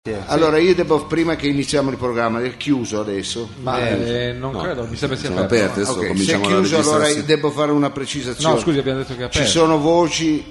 Allora io devo, prima che iniziamo il programma, è chiuso adesso? Ma non credo, mi sembra sia siamo aperti, adesso Okay, se è cominciamo la chiuso allora registrazione. devo fare una precisazione. No, scusi, abbiamo detto che è aperto. Ci sono voci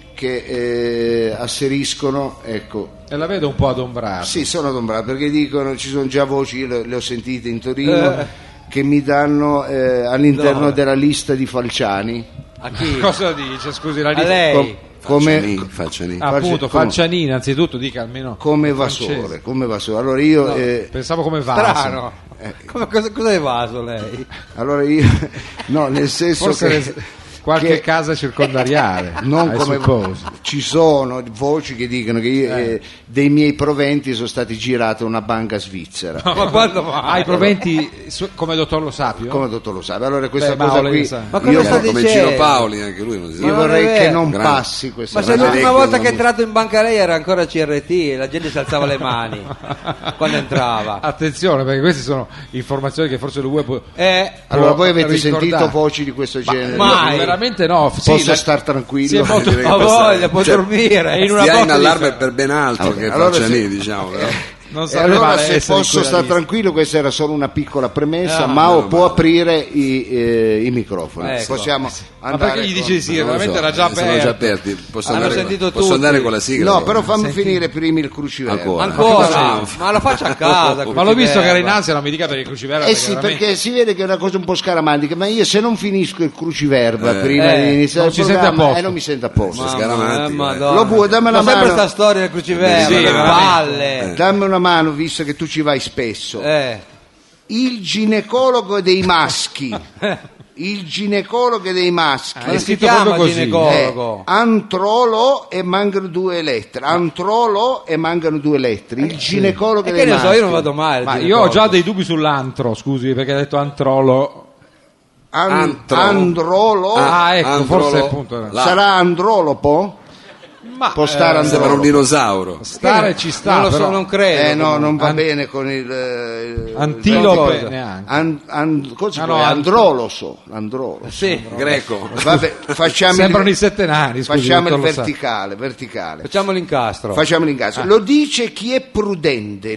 che asseriscono, ecco. E la vedo un po' adombrata. Sì, sono adombrato perché dicono, ci sono già voci, io le ho sentite in Torino, che mi danno all'interno della lista di Falciani. A chi? Cosa dice? Scusi, la A lei? Facciani. Appunto, Falciani innanzitutto dica almeno Come francese. Vasore, come Vasore. Allora io Pensavo come vaso. Strano. Cosa è vaso lei? allora io no, nel senso Forse che qualche casa circondariale. non I come suppose. ci sono voci che dicono che io, dei miei proventi sono stati girati a una banca svizzera. Ma quando mai? I proventi come dottor Lo Sapio? Come dottor lo sa. Allora questa Beh, cosa Mauro, qui sa. Ma cosa io, sta Come dicendo? Gino Paoli, anche lui non si io non vorrei è che vero. non Grande. passi questa Ma se cosa. l'ultima volta che è entrato in banca lei era ancora CRT e la gente si alzava le mani quando entrava. Attenzione, perché queste sono informazioni che forse lui può. Allora voi avete ricordare. sentito voci di questo genere? mai. Veramente no. Posso Sì, star tranquillo? Sì, è molto- direi che Ha passare. voglia, può Cioè, dormire. è in una Stia in botta di allarme ferro. per ben altro che allora Falciani, se- diciamo. Però. Non E sarebbe allora male se essere in posso quella stare lista. tranquillo, questa era solo una piccola premessa, No, Mao meno può male. aprire i microfoni. Ecco. Possiamo Ma andare perché gli con- dice di sì? Non lo Veramente so, era già sono già aperto. aperti. Posso Hanno andare, sentito posso tutti. andare con la sigla? No, però fammi finire prima il cruciverba. Ancora. Ancora? Ma la faccia a casa. Ma l'ho visto che era in Cruciverba. ansia, non mi dica perché il cruciverba. Eh sì, perché si vede che è una cosa un po' scaramantica, ma io se non finisco il cruciverba prima di iniziare non il si sente a programma, posto. non mi sento a posto. Scaramantico, Madonna. Lo puoi, dammi una Ma sempre mano. sta storia del cruciverba, Sì, che veramente. palle. Dammi una mano, visto che tu ci vai spesso. Il ginecologo dei maschi. Il ginecologo dei maschi. È Come si scritto chiama proprio così. ginecologo? Antrolo e mancano 2 lettere. Antrolo e mancano 2 lettere. Il ginecologo E dei che ne maschi. so, io non vado mai al Ma io ho ginecologo. già dei dubbi sull'antro, scusi, perché ha detto antrolo. Androlo. Ah, ecco, Androlo. forse appunto era. Sarà androlopo? Ma Può stare androlo. Sembra un dinosauro. stare ci sta, Non lo so, però. non credo. No, non va An- bene con il Antilope cosa? neanche. cosa si Ah, può- no, androlo. Sì, Greco. Vabbè, facciamo Sembrano i il, settenari, scusi, facciamo il dottor Lo Sapio. verticale. facciamo l'incastro. Facciamo l'incasso. Lo dice chi è prudente,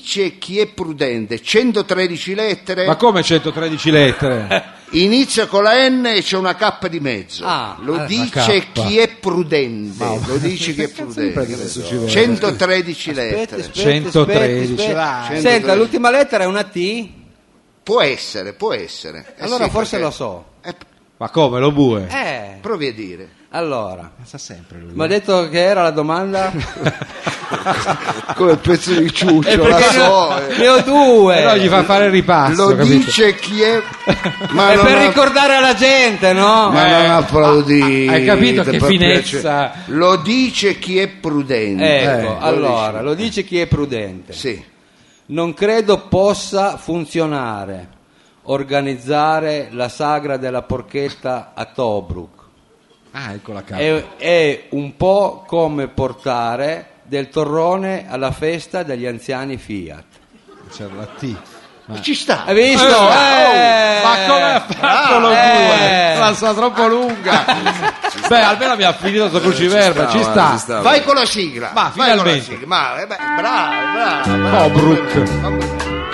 113 lettere, Ma come 113 lettere? inizia con la N e c'è una K di mezzo. Lo dice K. chi è prudente, lo dice chi è prudente. 113 lettere. 113, Senta, 113. l'ultima lettera è una T? Può essere. Allora sì, forse perché- lo so. Ma come, lo bue? Provi Provi a dire. allora, Sa sempre lui. mi ha detto che era la domanda? Come il pezzo di ciuccio, la Perché so. ne ho due. Però gli fa fare il ripasso, Lo capito? dice chi è... Ma È non per ha- ricordare alla gente, no? Ma non applaudite. hai capito che per finezza? piacere. Lo dice chi è prudente. Ecco, allora, lo dice chi è prudente. Sì. Non credo possa funzionare organizzare la sagra della porchetta a Tobruk. Ah, ecco la K. È un po' come portare del torrone alla festa degli anziani Fiat. C'era la T. Ci sta. Hai visto? Ma come ha fatto lo bue? La sa troppo lunga. Beh, almeno abbiamo finito questo cruciverba, ci sta. Vai con la sigla. Ma, vai con la finalmente. sigla. Ma, bravo. Tobruk.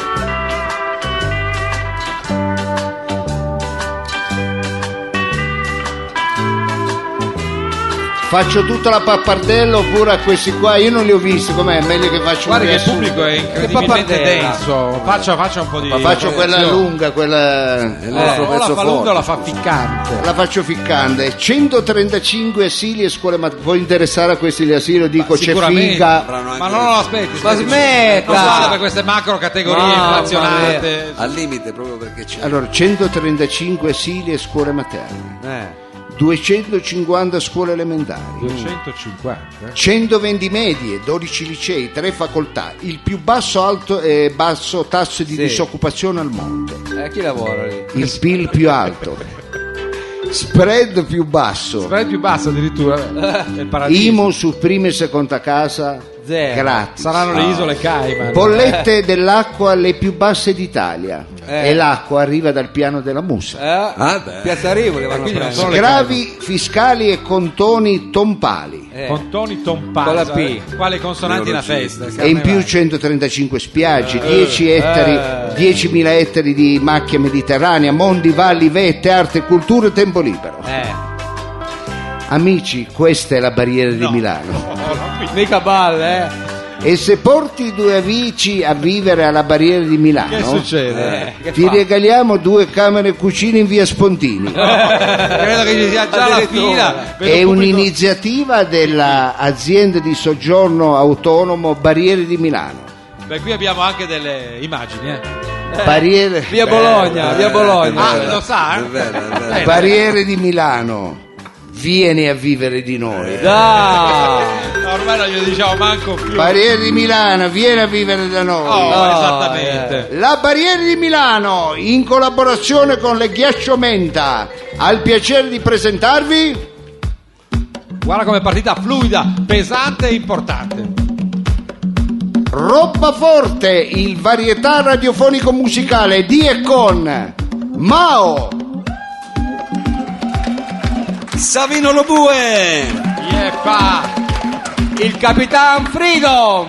Faccio tutta la pappardella oppure a questi qua? Io non li ho visti, com'è? È meglio che faccio Guarda un che il riassunto. pubblico è incredibilmente pappardella. denso. Faccia un po' di. Ma faccio quella attenzione. lunga, quella... È il nostro O la pezzo fa lunga o la forte. fa ficcante. La faccio ficcante. 135 asili e scuole, ma può interessare a questi asili? Lo dico, c'è Sicuramente. figa. Avranno anche- Ma no, aspetti. Ma smetta! Non vada per queste macro categorie Mamma inflazionate. Al limite proprio perché c'è. Allora, 135 asili e scuole materne, 250 scuole elementari, 250? 120 medie, 12 licei, 3 facoltà, il più basso tasso di disoccupazione al mondo, Chi lavora lì? il PIL più alto, spread più basso, Spread più basso addirittura. È il paradiso. IMU su prima e seconda casa Zero. Gratis. Saranno le isole Cayman. Bollette dell'acqua le più basse d'Italia. E l'acqua arriva dal piano della Musa. Piazza Rivoli vanno a prendere. Sgravi fiscali e contoni tompali. Contoni tompali. Con la P. Quale consonanti una festa? E in più 135 spiagge, 10.000 ettari di macchia mediterranea, mondi, valli, vette, arte, cultura e tempo libero. Amici, questa è la barriera di Milano. Mica balle, E se porti i due amici a vivere alla barriera di Milano, Che succede? ti regaliamo 2 camere cucine in via Spontini. Credo che ci sia già la fila. È un'iniziativa dell'azienda di soggiorno autonomo Barriere di Milano. Beh, qui abbiamo anche delle immagini. Barriere, via Bologna. Lo sa? È vero. Barriere di Milano, vieni a vivere di noi. Ormai non glielo diciamo manco più. Barriere di Milano, vieni a vivere da noi. Esattamente. La Barriere di Milano, in collaborazione con le Ghiacciomenta, ha il piacere di presentarvi Guarda come partita fluida, pesante e importante. Roba Forte, il varietà radiofonico musicale di e con Mao, Savino Lobue, Yeppa! Il Capitan Freedom.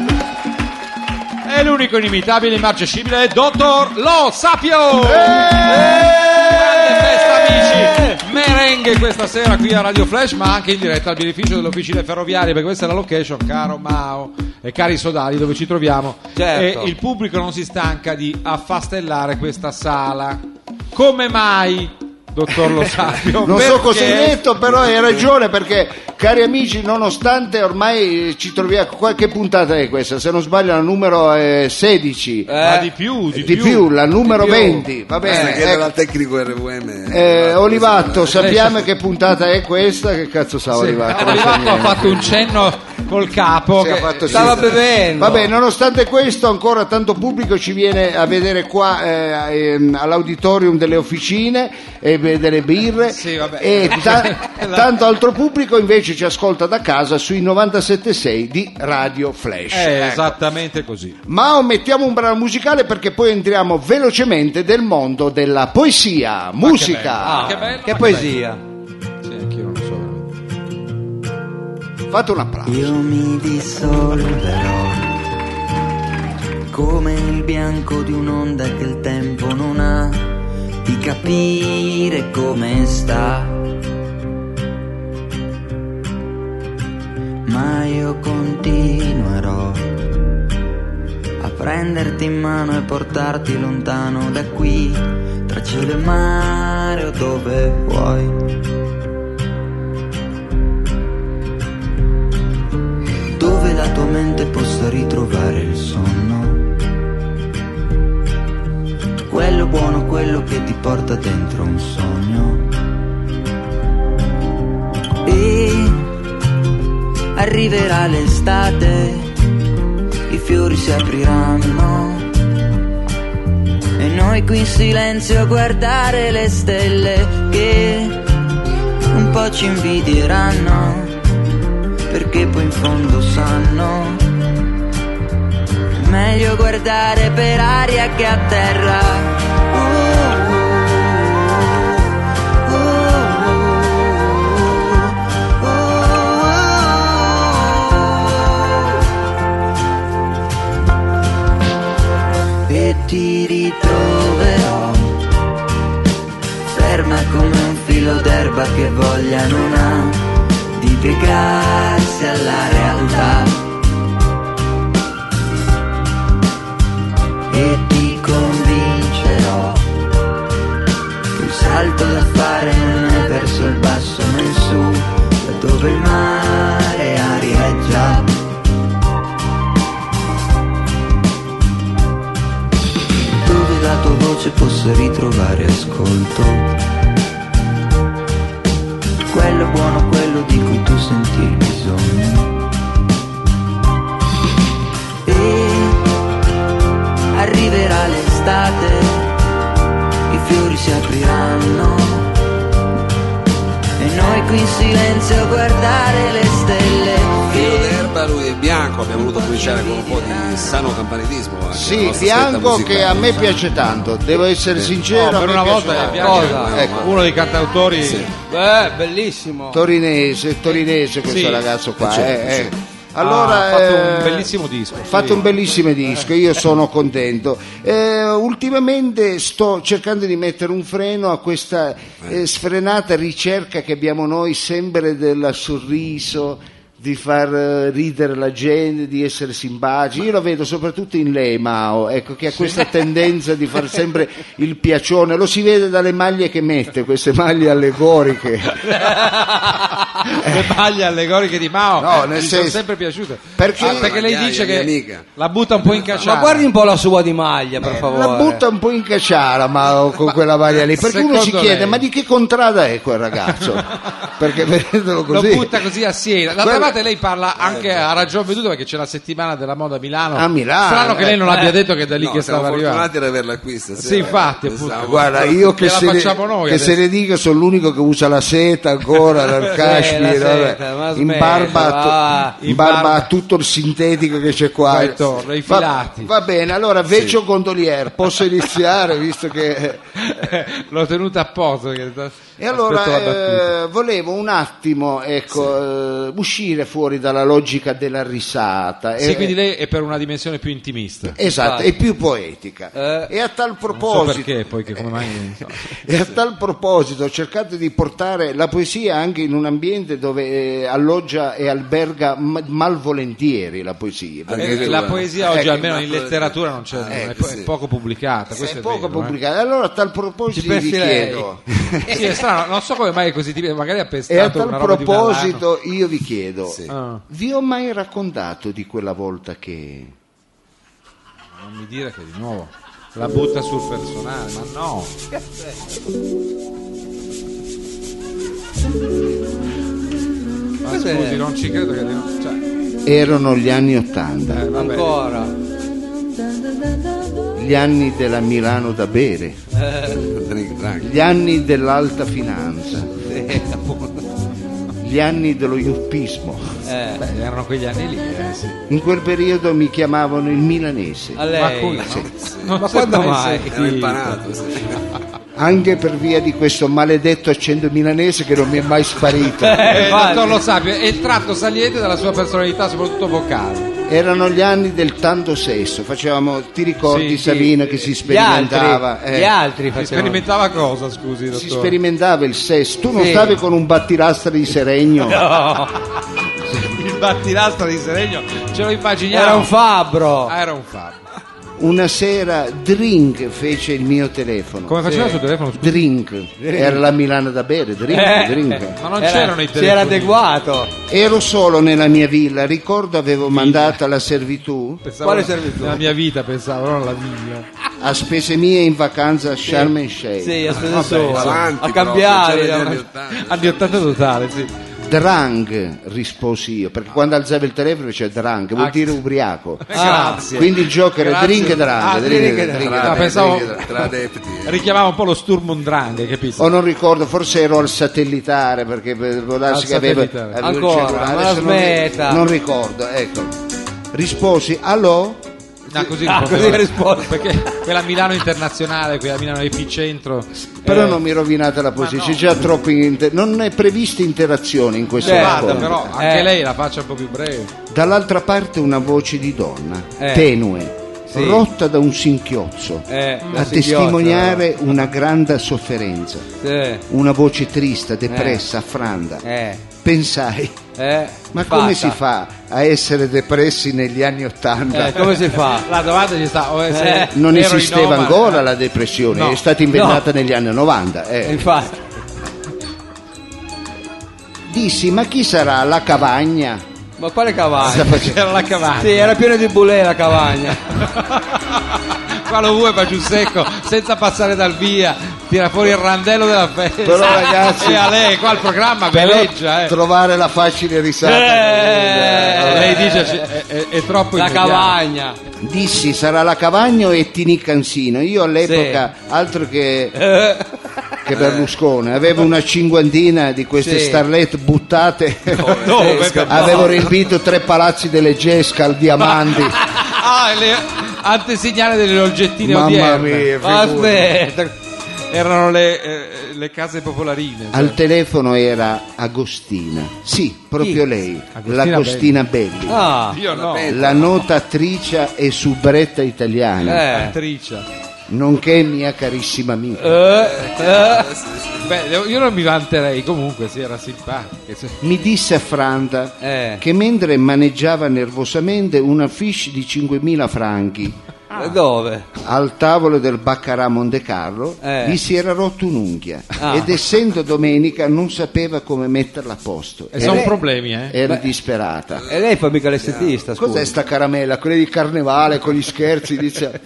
E l'unico inimitabile, immarcescibile, Dottor Lo Sapio! Grande festa, amici! Merengue questa sera qui a Radio Flash, ma anche in diretta al beneficio delle officine ferroviarie, perché questa è la location, caro Mao e cari sodali, dove ci troviamo. Certo. E il pubblico non si stanca di affastellare questa sala. Come mai, Dottor Lo Sapio? non so cosa hai detto, però hai ragione, perché cari amici, nonostante ormai ci troviamo, qualche puntata è questa, se non sbaglio la numero 16, Ma di più, la numero 20, va bene, chiedere al tecnico RVM. Olivatto, sappiamo che puntata è questa, che cazzo sa Olivatto? Olivatto ha fatto un cenno col capo, Sì, che ha fatto Stava bevendo. Vabbè, nonostante questo, ancora tanto pubblico ci viene a vedere qua all'auditorium delle officine e delle birre. Sì, vabbè. E tanto altro pubblico invece ci ascolta da casa sui 97.6 di Radio Flash. esattamente così. Ma mettiamo un brano musicale, perché poi entriamo velocemente nel mondo della poesia, musica. Che bello, Che ma poesia. Sì, anch'io non lo so veramente. Fate un applauso. Io mi dissolverò come il bianco di un'onda che il tempo non ha di capire come sta. Ma io continuerò a prenderti in mano e portarti lontano da qui, tra cielo e mare o dove vuoi. Dove la tua mente possa ritrovare il sonno, quello buono, quello che ti porta dentro un sogno. E arriverà l'estate, i fiori si apriranno e noi qui in silenzio a guardare le stelle che un po' ci invidieranno, perché poi in fondo sanno è meglio guardare per aria che a terra. E ti ritroverò ferma come un filo d'erba che voglia non ha di piegarsi alla realtà, e ti convincerò che il salto da fare non è verso il basso ma in su, da dove il mare arieggia. Dove la tua voce possa ritrovare ascolto, quello buono, quello di cui tu senti il bisogno. E arriverà l'estate, i fiori si apriranno e noi qui in silenzio a guardare le stelle. Filo d'erba barba, lui è bianco, abbiamo voluto cominciare con un po' di sano campanilismo. Anche Sì, nella nostra bianco scelta che a me musicale. piace tanto, devo essere sincero. No, a per me una piace volta tanto. piace Cosa? Ecco. uno dei cantautori. Sì. Bellissimo. Torinese questo Sì. ragazzo qua. Certo. Allora, ha fatto un bellissimo disco. ha fatto un bellissimo disco, io sono contento. Ultimamente sto cercando di mettere un freno a questa sfrenata ricerca che abbiamo noi sempre del sorriso, di far ridere la gente, di essere simpatici. Io lo vedo soprattutto in lei, Mao, ecco, che ha questa tendenza di far sempre il piacione, lo si vede dalle maglie che mette, queste maglie allegoriche. Le maglie allegoriche di Mao No, nel mi sono senso- sempre piaciute. Perché- Perché lei Maglia, dice mia che amica. la butta un po' in Ma cacciara. guardi un po' la sua di maglia, per favore. La butta un po' in cacciara, ma con quella maglia lì, perché uno si secondo chiede: lei? ma di che contrada è quel ragazzo? Perché vedendolo Lo così. butta così a Siena. D'altra Quella- parte lei parla anche a ragion veduta perché c'è la settimana della moda a Milano. A Milano, Strano che lei non abbia detto che è da lì No, che siamo stava arrivando. fortunati ad averla qui stasera. Sì, infatti, appunto. Pensavo- Guarda, io che, Gliela facciamo noi che adesso. se ne dica sono l'unico che usa la seta ancora, dal cashmere, la vabbè. seta, ma in smetta, barba, va. in barba a tutto il sintetico che c'è qua. Vai, torna, i filati. Va bene, allora Vecchio Gondolier, posso iniziare visto che... L'ho tenuta apposta. perché E allora aspetto la battuta. volevo un attimo uscire fuori dalla logica della risata. Sì, quindi lei è per una dimensione più intimista. Esatto, è più poetica. E a tal Non so proposito, perché, poi che come mai. insomma. e a tal proposito ho cercato di portare la poesia anche in un ambiente dove alloggia e alberga malvolentieri la poesia. perché- La poesia oggi, Ecco, almeno in ma- letteratura, non c'è, è, sì. è poco pubblicata. Questo è è poco vero, pubblicata. Allora a tal proposito Ci vi pensi lei? chiedo Sì, è strano, non so come mai è così timido, magari ha e a pestato tal una roba di un alano. proposito io vi chiedo, Ah, vi ho mai raccontato di quella volta che... non mi dire che di nuovo la butta sul personale, ma no. Ma Cos'è? scusi, non ci credo che di no. Cioè, Erano gli anni '80, vabbè. Ancora. gli anni della Milano da bere, Drink. gli anni dell'alta finanza, gli anni dello yuppismo. Beh, erano quegli anni lì, sì. In quel periodo mi chiamavano il milanese, A lei. come? Sì. Non Ma si è quando mai? sentito. Era impanato. Sì. anche per via di questo maledetto accento milanese che non mi è mai sparito. Il dottor Lo Sapio è il tratto saliente della sua personalità, soprattutto vocale. Erano gli anni del tanto sesso, facevamo, ti ricordi Sì, Savino che si sperimentava? Gli altri Si facevano. sperimentava cosa, scusi, dottore? Si sperimentava il sesso, tu non Sì. stavi con un battilastra di Seregno? Il battilastra di Seregno, ce lo immaginiamo. Era un fabbro. Ah, era un fabbro. Una sera Drink fece il mio telefono. Come faceva sul telefono? Scusi? Drink, era la Milano da bere, drink. Ma non c'erano i Si era telefoni. adeguato. Ero solo nella mia villa, ricordo avevo mandato alla servitù Pensavo Quale alla- servitù? Nella mia vita pensavo, non alla villa. a spese mie in vacanza a Sharm el Sheikh. Sì, a spese solo. Avanti, A cambiare. proprio, cioè, negli anni 80. Anni 80 totale, sì. Drang, risposi io, perché quando alzava il telefono c'è drang, vuol dire ubriaco. Grazie. Quindi il gioco era Grazie. drink e drang. Ah, drink e drang. Ah, pensavo- Tra adepti. Richiamava un po' lo Sturm und Drang, hai capito? O non ricordo, forse ero al satellitare perché può darsi Al che aveva satellitare. il Ancora, cellulare, ma la adesso smetta. non ricordo, ecco. Risposi, allo? No, così, Ah, non così poteva- rispondo. Perché quella Milano internazionale, quella Milano epicentro. Però non mi rovinate la posizione, c'è già troppo non è prevista interazione in questo Guarda, racconto. però anche lei la faccia un po' più breve. Dall'altra parte una voce di donna, tenue, Sì. rotta da un singhiozzo, La a testimoniare una grande sofferenza, Sì. una voce triste, depressa, affranta. Pensai, ma come si fa a essere depressi negli anni '80? Come si fa? La domanda gli sta. se Non ero esisteva in ancora la depressione, No. è stata inventata negli anni '90. Infatti. Dissi, ma chi sarà la cavagna? Ma quale cavagna? C'era la cavagna. Sì, era pieno di bulè la cavagna. Qua lo vuoi, va giù secco, senza passare dal via. Tira fuori il randello della festa. Però, ragazzi, E a lei, qua il programma Però veleggia. trovare la facile risata. Lei dice è troppo La immediato. cavagna. Dissi, sarà la cavagna o Ettini Cansino? Io all'epoca, altro che che Berlusconi. Avevo una cinquantina di queste starlet buttate. Dove? Avevo riempito 3 palazzi delle Gesca al Diamanti. Le antesignane delle oggettine Mamma odierne. mia, figurati. Aspetta. Erano le case popolarine. Al telefono era Agostina. Sì, proprio lei, Agostina l'Agostina Belli. Ah, Io no. La nota attrice e soubretta italiana, Attrice. nonché mia carissima amica. Beh, io non mi vanterei, comunque si era simpatica. Mi disse affranta che mentre maneggiava nervosamente una fiche di 5.000 franchi dove? al tavolo del Baccarat Monte Carlo, gli si era rotto un'unghia ed essendo domenica non sapeva come metterla a posto. E sono problemi, Era disperata. E lei fa mica l'estetista, scusa. Cos'è sta caramella? Quella di carnevale con gli scherzi, dice.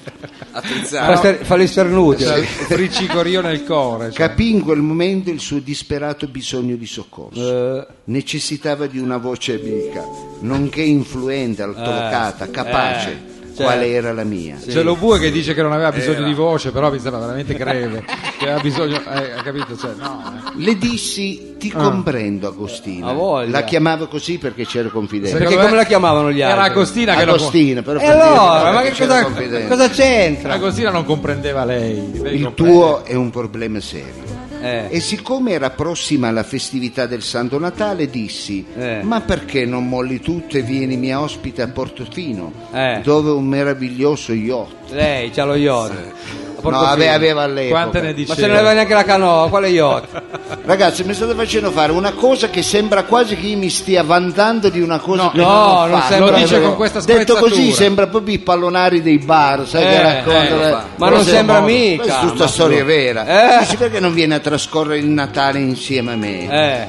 Fa le starnuti. Fricicorio nel cuore. Capì in quel momento il suo disperato bisogno di soccorso. Necessitava di una voce amica, nonché influente, altolocata, capace, quale era la mia. C'è lo bue che dice che non aveva bisogno di voce, però mi sembra veramente greve. Che aveva bisogno, ha capito? Cioè, no. Le dissi: ti comprendo, Agostina. A voglia. La chiamava così perché c'era confidenza. Perché come la chiamavano gli altri? Era Agostina che Agostina, però E per dire allora, ma perché che c'era cosa confidenza. c'entra? Agostina non comprendeva lei. Lei Il comprende. tuo è un problema serio. Eh. E siccome era prossima la festività del Santo Natale, dissi: ma perché non molli tutto e vieni mia ospite a Portofino, dove un meraviglioso yacht. Lei c'ha lo yacht. No, aveva all'epoca. Quante ne Ma diceva? se non aveva neanche la canoa, quale yacht? Ragazzi, mi state facendo fare una cosa che sembra quasi che io mi stia vantando di una cosa che non ho non fatto. sembra- Lo dice con questa Detto così sprezzatura. sembra proprio i pallonari dei bar, sai che raccontano. Ma non sembra mica. Questa è tutta Ma storia vera. Eh. Dici perché non viene a trascorrere il Natale insieme a me?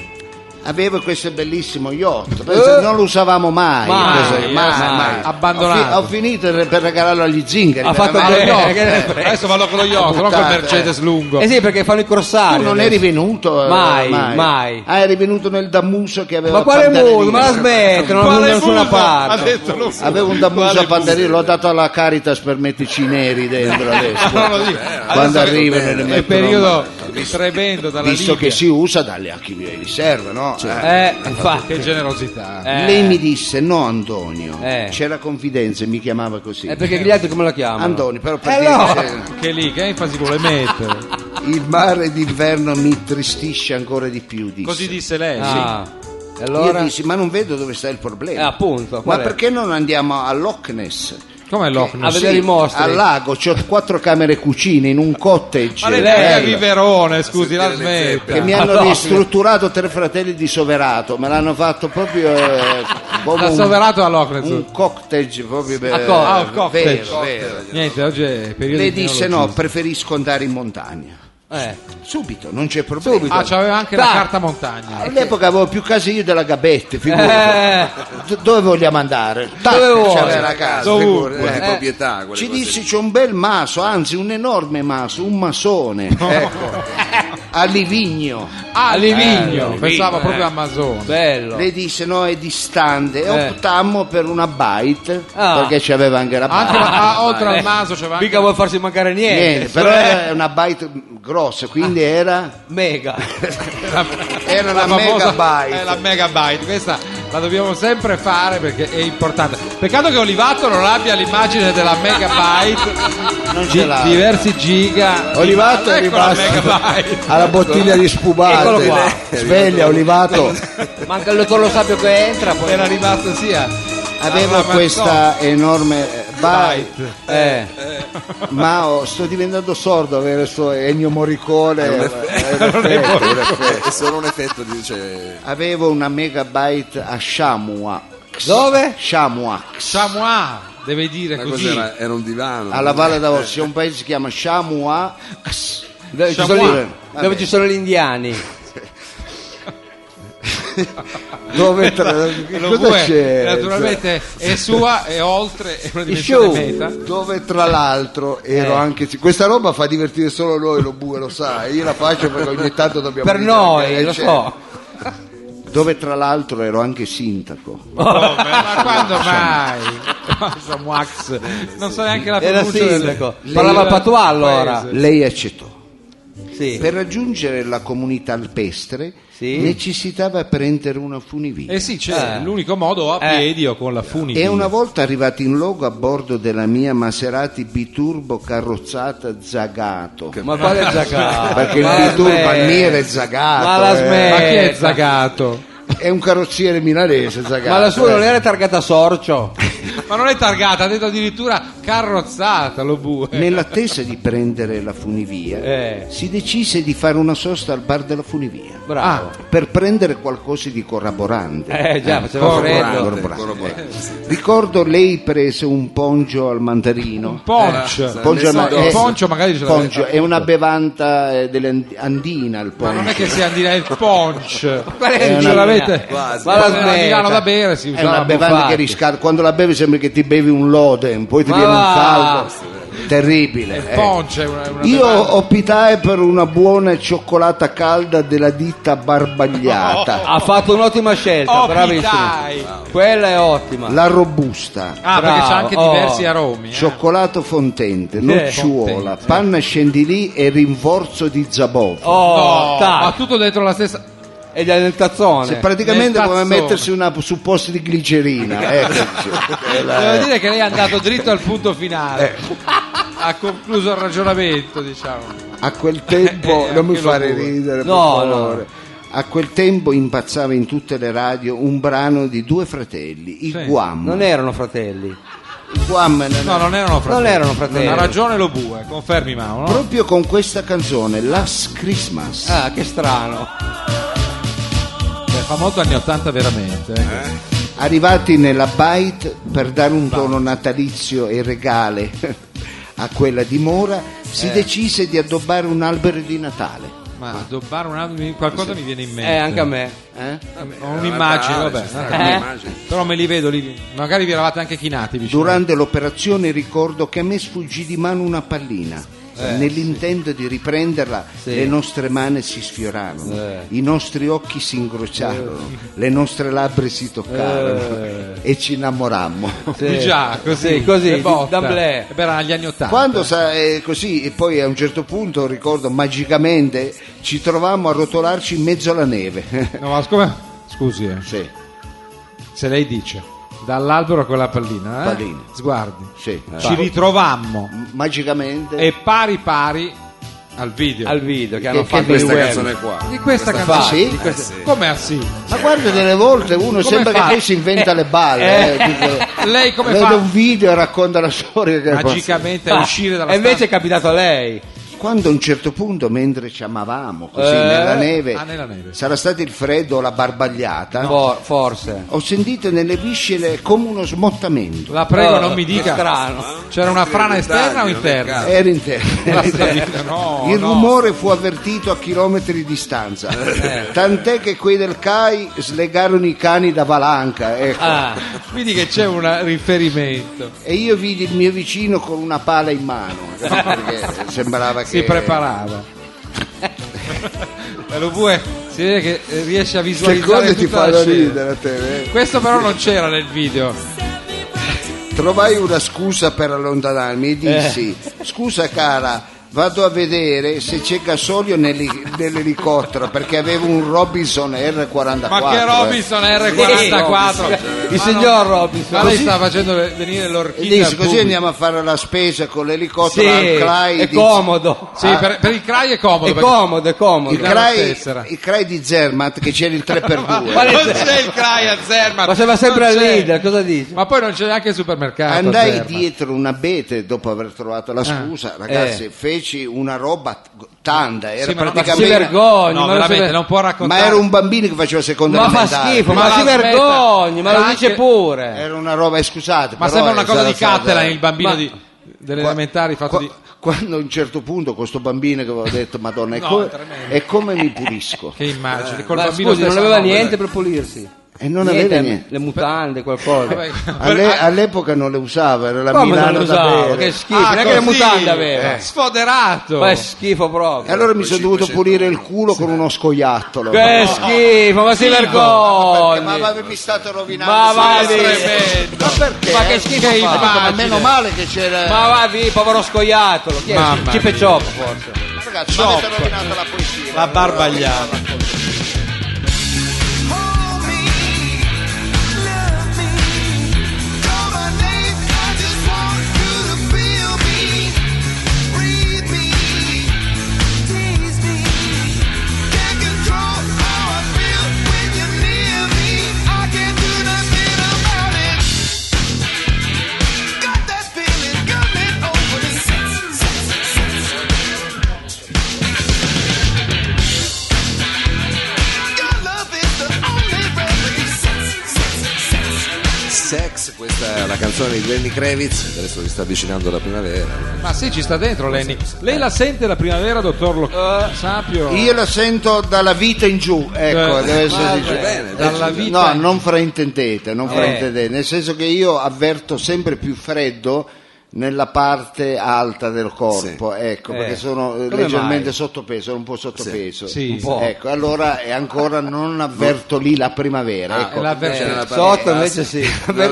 Avevo questo bellissimo yacht, non lo usavamo mai, mai. Abbandonato. Ho finito per regalarlo agli zingari. Ha fatto veramente. bene, che ne frega. Adesso vado con lo yacht, non col Mercedes lungo. Eh sì, perché fanno i corsari. Tu non adesso. eri venuto Mai. Ah, eri venuto nel Damuso che aveva Ma quale Pandarelli. muso? Ma la smetta, non da nessuna Ha parte. detto lui. Avevo un Damuso a Pandarelli, l'ho dato alla Caritas per metterci i neri dentro adesso. Non lo dico. Quando Adesso arrivano ne è mettono- periodo tremendo dalla visto Libia. che si usa dalle a chi vi serve, no? Infatti. Che generosità. Lei mi disse: no, Antonio, Eh. c'era confidenza e mi chiamava così. Perché gli altri come la chiamano? Antonio, però per no. dire Che lì, che enfasi vuole mettere? il mare d'inverno mi tristisce ancora di più. Disse. Così disse lei. Ah. E allora? Io dissi: ma non vedo dove sta il problema. Appunto. Ma qual è? perché non andiamo a Loch Ness? Come Loch A Ness? vedere i mostri. Al lago, c'ho 4 camere cucine in un cottage. Ma lei è a bello, Viverone, scusi, la smetta. che mi hanno ristrutturato 3 fratelli di Soverato, me l'hanno fatto proprio come Da Soverato a Loch Ness. un cottage proprio un cottage. vero. Niente, oggi è periodo Lei di disse: no, tecnologia. preferisco andare in montagna. Subito, non c'è problema. Subito. Ah, c'aveva anche la carta montagna. All'epoca avevo più case io della Gabette, figurati. Dove vogliamo andare? Dove vuoi? C'aveva la casa, Dovunque. figurati. di proprietà, quelle Ci cose dissi: lì. c'è un bel maso, anzi un enorme maso, un masone, ecco, a Livigno. Ah, Livigno. Pensavo proprio a Amazon. Bello. Lei disse: no, è distante, e optammo per una bite, Ah. perché c'aveva anche la Anche bite. oltre al naso c'era anche Mica vuol farsi mancare niente. Niente, però era una bite grossa, quindi era Mega. una famosa- megabyte. la megabyte. Questa la dobbiamo sempre fare perché è importante. Peccato che Olivato non abbia l'immagine della megabyte. Non ce l'ha. Diversi giga. Olivato è Ecco la rimasto megabyte. alla bottiglia di spumante. Eccolo qua. Sveglia, Olivato. Manca il dottor Lo Sapio che entra. Poi. Era rimasto sia. Avevo Ramazzotti. questa enorme bite, Byte. ma sto diventando sordo avere sto Ennio Morricone. È solo un effetto di Avevo una megabyte a Chamois. Dove? Chamois, Chamois, deve dire ma così. cos'era? Era un divano. alla Valle d'Aosta. C'è un paese che si chiama Chamois. Dove ci Chamois. sono, dove ci sono gli indiani. Dove Lo cosa bue, c'è? naturalmente è sua e oltre è una Il dimensione show. meta. Dove tra l'altro ero anche questa roba fa divertire solo noi, lo bue lo sai, io la faccio perché ogni tanto dobbiamo Per ridere, noi, lo so. dove tra l'altro ero anche sindaco. Ma quando mai? Max, non so neanche la Era pronuncia sindaco. del Parlava del patois allora. paese. Lei accettò. Sì. Sì. Per raggiungere la comunità alpestre necessitava prendere una funivia. Eh sì, c'è l'unico modo a piedi o con la funivia. E una volta arrivati in loco a bordo della mia Maserati biturbo carrozzata Zagato. Ma quale Zagato? Perché il biturbo al mio è Zagato. Ma la Ma chi è Zagato? È un carrozziere milanese Zagato. Ma la sua non era targata Sorcio? Ma non è targata, ha detto addirittura carrozzata lo bue. Nell'attesa di prendere la funivia si decise di fare una sosta al bar della funivia. Bravo. Per prendere qualcosa di corroborante. Già, faceva freddo. Corroborante. Ricordo lei prese un poncio al mandarino. Poncio. Poncio magari ce l'avete. Poncio è una bevanda andina il poncio. Ma non è che sia andina, è il poncio. Qual è Ce l'avete? Quasi. Ma la A Milano da bere si È usava una bevanda buffati. che riscalda, quando la bevi sembra che ti bevi un Lodem, poi ti Ma viene un va. caldo terribile. poncio, è una Io bevanda. optai per una buona cioccolata calda della ditta Barbagliata, Ha fatto un'ottima scelta, bravissimo. dai. Quella è ottima. la robusta, Ah, perché c'è anche Bravo. diversi aromi. cioccolato fondente, nocciola, Fondente. panna scendilì e rinforzo di zabov. Oh, tac. ma tutto dentro la stessa. E nel tazzone. Se praticamente nel come tazzone. mettersi una supposta di glicerina. Devo dire che lei è andato dritto al punto finale. Ha concluso il ragionamento, diciamo. A quel tempo non mi anche lo fare pure. ridere, per No, favore. A quel tempo impazzava in tutte le radio un brano di due fratelli, i Sì. Guam. Non erano fratelli. I Guam No, non erano fratelli. Non erano fratelli. Ha ragione lo bue, confermi Mao, no? proprio con questa canzone, Last Christmas. Ah, che strano. Fa molto anni 80 veramente. Arrivati nella Byte per dare un tono natalizio e regale a quella dimora, si decise di addobbare un albero di Natale. Ma addobbare qualcosa mi viene in mente. Anche a me. Ho un'immagine, vabbè. Un'immagine. Però me li vedo lì. Magari vi eravate anche chinati vicino. Durante l'operazione ricordo che a me sfuggì di mano una pallina. Nell'intento di riprenderla, le nostre mani si sfiorarono, i nostri occhi si incrociarono, le nostre labbra si toccarono e ci innamorammo. Sì, già, così, Sì, così, le botte. d'amblè. Era agli anni 80. Quando così, e poi a un certo punto ricordo magicamente ci trovammo a rotolarci in mezzo alla neve. No, ma scusi, Sì, se lei dice dall'albero con la pallina, Pallina. sguardi, sì. ci ritrovammo Magicamente. e pari pari al video. Al video che hanno Che fatto Questa i web. canzone qua. Di questa Ah, canzone. sì? Di questa- Come ah sì? Ma guarda, delle volte uno sembra fa? che poi si inventa le balle. Tipo, Lei come vede fa un video e racconta la storia che magicamente a uscire dalla E invece stanza? è capitato a lei. Quando a un certo punto, mentre ci amavamo così nella neve, nella neve. sarà stato il freddo o la barbagliata, Forse. ho sentito nelle viscere come uno smottamento. La prego, Oh, non mi che dica. strano. C'era una frana esterna o non è interna? caso. Era interno. No, Il no. rumore fu avvertito a chilometri di distanza, tant'è che quei del CAI slegarono i cani da Valanca, ecco. Ah, Quindi che c'è un riferimento. E io vidi il mio vicino con una pala in mano, perché sembrava che Si preparava. E lo bue si vede che riesce a queste visualizzare cose ti tutta la fanno scena. ridere a te. Questo però non c'era nel video. Trovai una scusa per allontanarmi e dissi: scusa cara, vado a vedere se c'è gasolio nell'elicottero, perché avevo un Robinson R44. Ma che Robinson R44? il signor Robinson. Ma lei sta facendo venire E l'orchidea dissi, al così pubblico. andiamo a fare la spesa con Sì, l'elicottero al CRAI è di- comodo. Sì, per il CRAI è comodo. È perché- comodo, è comodo. il dalla CRAI, tessera. il CRAI di Zermatt, che c'era il 3x2. Ma Non c'è il CRAI a Zermatt. Ma se va sempre Non al c'è. leader, cosa dici? Ma poi non c'è neanche il supermercato. a Andai Zermatt. dietro un abete dopo aver trovato la scusa, ragazzi, feci una roba tanta, era Sì, ma non- Ma si praticamente vergogni, No, ma, veramente, si non può ma raccontare. era un bambino che faceva seconda ma fa elementare. schifo, Ma ma, la si smetta. vergogni, ma Era lo dice anche- pure. Era una roba, scusate, Ma però sembra una cosa di stata- Cattelan, il bambino Ma- delle elementari fatto di... Quando a un certo punto questo bambino che avevo detto Madonna, No, è tremendo. e come mi pulisco? Che immagine, col Ma bambino scusi, non stesso aveva no, niente per pulirsi. E non aveva niente. Le mutande, qualcosa. Vabbè, All'epoca non le usava, era la Come non Milano lo da usavo? bere. Che schifo, neanche le così? mutande aveva. Sfoderato. Ma è schifo proprio. E allora mi sono dovuto pulire il culo con uno scoiattolo. Che schifo, ma si vergogni. Ma avevi stato rovinato. Ma va sì, via. tremendo. Ma perché? Ma che schifo Che fa? Ma immagine. meno male che c'era. Ma va via, povero scoiattolo. Chi è? Mamma Cipe mia. Chop forse. ragazzi, mi avete rovinato la poesia. La barbagliata. Sex, questa è la canzone di Lenny Kravitz, adesso si sta avvicinando la primavera. Ma sì, ci sta dentro Lenny. Lei la sente la primavera, dottor Sapio? Io la sento dalla vita in giù, ecco, deve essere di giù. Bene, Dalla vita No, non fraintendete, nel senso che io avverto sempre più freddo nella parte alta del corpo, ecco, perché sono leggermente mai? sottopeso, sono un po' sottopeso. Sì. Un po'. Ecco, allora e ancora non avverto lì la primavera, ecco. Sotto invece sì.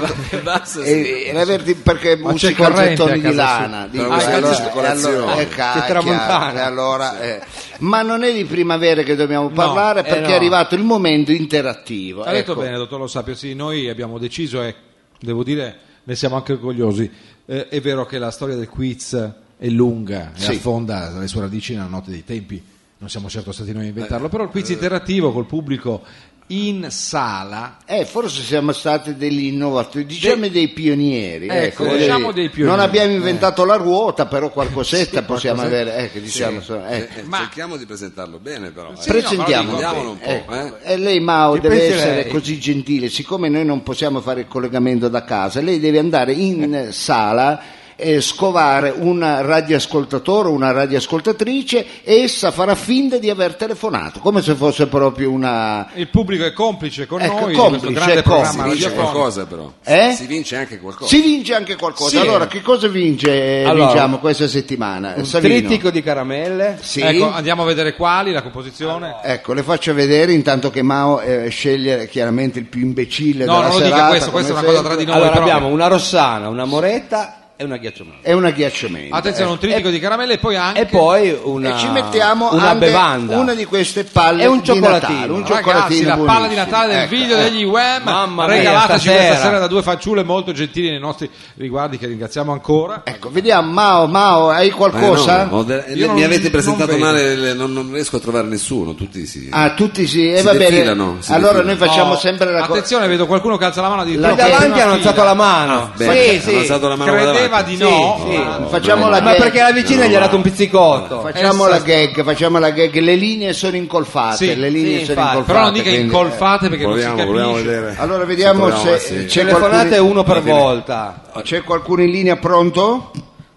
L'avverti perché Ma usi c'è corrente calzettoni a di casa lana, sua. Però questa colazione. C'è tramontana. Ma non è di primavera che dobbiamo parlare, perché no. è arrivato il momento interattivo. Ha detto ecco. bene, dottor Lo Sapio, sì, noi abbiamo deciso e devo dire ne siamo anche orgogliosi. È vero che la storia del quiz è lunga e Sì. affonda le sue radici nella notte dei tempi, non siamo certo stati noi a inventarlo, però il quiz interattivo col pubblico in sala. Forse siamo stati degli innovatori, diciamo dei pionieri. Ecco, voglio diciamo dire. dei pionieri. Non abbiamo inventato la ruota, però qualcosetta possiamo avere. Diciamo, Ma- Cerchiamo di presentarlo bene, però. Presentiamo. Vediamolo un po'. E lei, Mao, deve pensi essere lei? così gentile, siccome noi non possiamo fare il collegamento da casa, lei deve andare in sala e scovare un radioascoltatore o una radioascoltatrice e essa farà finta di aver telefonato, come se fosse proprio una... Il pubblico è complice con Ecco, noi complice, di questo grande è complice. programma Si vince radiofonico. qualcosa, però. Si vince anche qualcosa. Si vince anche qualcosa. Sì. Allora, che cosa vince Allora, diciamo, questa settimana? Un Savino? trittico di caramelle. Sì. Ecco, andiamo a vedere quali, la composizione. Ecco, le faccio vedere intanto che Mao sceglie chiaramente il più imbecille No, della non lo dica serata, questo, questa è come una cosa tra sempre. di noi. Allora però- abbiamo una rossana, una moretta e una ghiacciomano. È una ghiacciamento. Attenzione, un trittico di caramelle e poi anche E poi E una, ci mettiamo una anche bevanda. una di queste palle E un di cioccolatino. Natale, un Ragazzi, cioccolatino Ragazzi, la palla di buonissimo. Natale del Ecco, video degli Wham, Mamma mia, regalataci stasera. questa sera da due fanciulle molto gentili nei nostri riguardi, che ringraziamo ancora. Ecco, vediamo, Mao, hai qualcosa? Io non- mi avete non presentato vedo. male, non riesco a trovare nessuno, tutti si... Ah, tutti sì, Si va bene. defilano, si Allora defilano. noi facciamo No, sempre la cosa. attenzione, vedo qualcuno che alza la mano di La Qui davanti hanno alzato la mano. Bene, sì, hanno sì. alzato la mano Credeva davanti. di no. Sì. ma- Facciamo la Ma gag. perché la vicina gli ha dato un pizzicotto. Facciamo la gag, le linee sono incolfate, Sì, le linee sì, sono infatti. incolfate. Però non dica quindi, incolfate perché Proviamo non si capisce. vedere. Allora vediamo Proviamo, se sì. c'è Telefonate qualcuno, uno per volta. c'è qualcuno in linea pronto?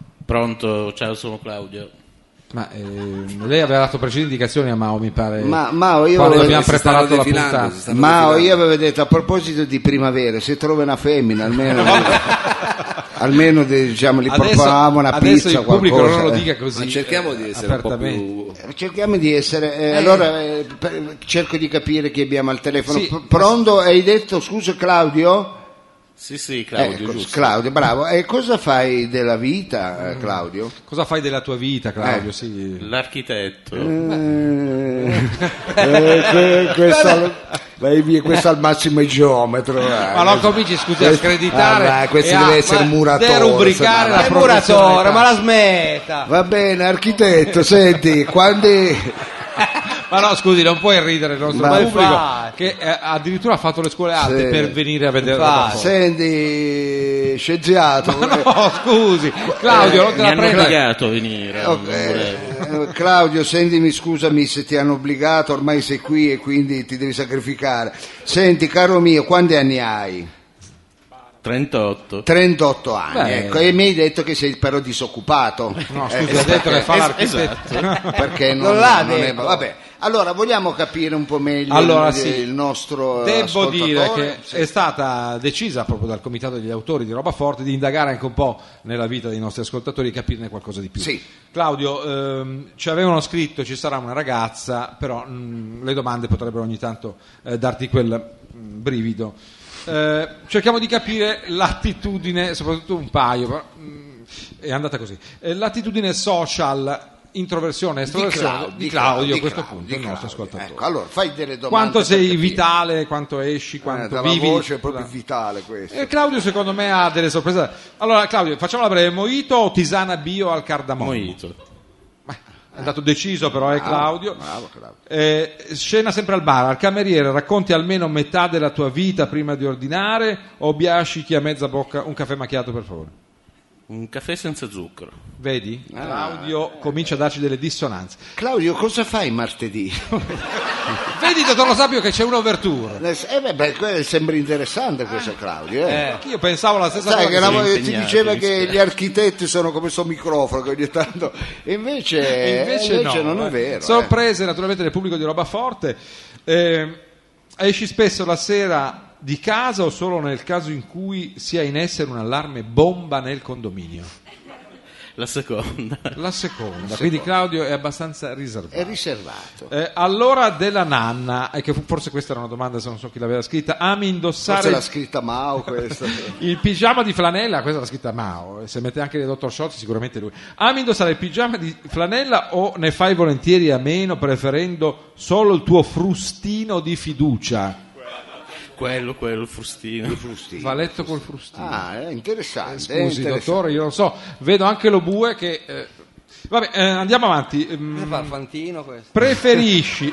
Pronto, ciao, sono Claudio. Ma lei aveva dato precise indicazioni a Mao, mi pare. Mao, io Quando avevo- abbiamo Si stanno preparato la defilando, puntata. si stanno Mao, defilando. io avevo detto a proposito di primavera, se trova una femmina almeno diciamo gli proponevamo una adesso pizza il pubblico qualcosa. non lo dica così. Ma cerchiamo di essere un po' apertamente. più... Cerchiamo di essere, allora cerco di capire chi abbiamo al telefono. Sì. Pronto? Hai detto scusa Claudio? Sì, Claudio, Ecco, giusto. Claudio, bravo. E cosa fai della vita, Claudio? Cosa fai della tua vita, Claudio? Sì. L'architetto. Vai via, questo al massimo è geometro. Ma non cominci, scusi, a screditare. dai, questo e deve essere muratore, derubricare la È professionalità. muratore, ma la smetta. Va bene, architetto, senti, quando... Ma no, scusi, non puoi ridere il nostro Ma pubblico infatti. che addirittura ha fatto le scuole alte Sì. per venire a vedere la Infatti. foto. Senti, scienziato... No, scusi, Claudio, non te Mi la hanno prendere. obbligato a venire. non volevo. Claudio, sentimi, scusami se ti hanno obbligato, ormai sei qui e quindi ti devi sacrificare. Senti, caro mio, quanti anni hai? 38. 38 anni, Beh. ecco, e mi hai detto che sei però disoccupato. No, scusi, ha detto che fa l'architetto. Perché Non l'ha non è... detto. Vabbè, allora vogliamo capire un po' meglio Allora, il, sì. il nostro Devo ascoltatore? dire che Sì. è stata decisa proprio dal comitato degli autori di Roba Forte di indagare anche un po' nella vita dei nostri ascoltatori e capirne qualcosa di più. Sì. Claudio, ci avevano scritto ci sarà una ragazza, però le domande potrebbero ogni tanto darti quel brivido. Cerchiamo di capire l'attitudine, soprattutto un paio, però, è andata così. L'attitudine social introversione, estroversione di Claudio a questo punto, il nostro ascoltatore. Ecco, allora fai delle domande. Quanto sei per capire. vitale, quanto esci, quanto dalla vivi. voce è proprio vitale questo. Claudio secondo me ha delle sorprese. Allora Claudio, facciamola breve, mojito o tisana bio al cardamomo? Mojito. È andato deciso però, è Claudio. Bravo, Claudio. Scena sempre al bar, al cameriere racconti almeno metà della tua vita prima di ordinare o biascichi a mezza bocca un caffè macchiato per favore? Un caffè senza zucchero. Vedi? Claudio comincia a darci delle dissonanze. Claudio, cosa fai martedì? Vedi, dottor Lo Sapio, che c'è un'overture. Sembra interessante questo, Claudio. Io pensavo la stessa Sai cosa. che ti impegnati, diceva mi che spiace. gli architetti sono come sto microfono che ogni tanto e invece no, non è vero. Sorprese naturalmente del pubblico di Roba Forte. Esci spesso la sera di casa o solo nel caso in cui sia in essere un allarme bomba nel condominio? La seconda. La seconda, quindi Claudio è abbastanza riservato. È riservato. All'ora della nanna, e che forse questa era una domanda, se non so chi l'aveva scritta, ami Forse indossare l'ha scritta Mao questa. il pigiama di flanella, questa l'ha scritta Mao, se mette anche il dottor Sciozzi sicuramente lui. Ami indossare il pigiama di flanella o ne fai volentieri a meno preferendo solo il tuo frustino di fiducia? Quello, il frustino. Va letto col frustino. È interessante. Scusi dottore, io non so, vedo anche lo bue che... Vabbè, andiamo avanti. Farfantino questo. Preferisci...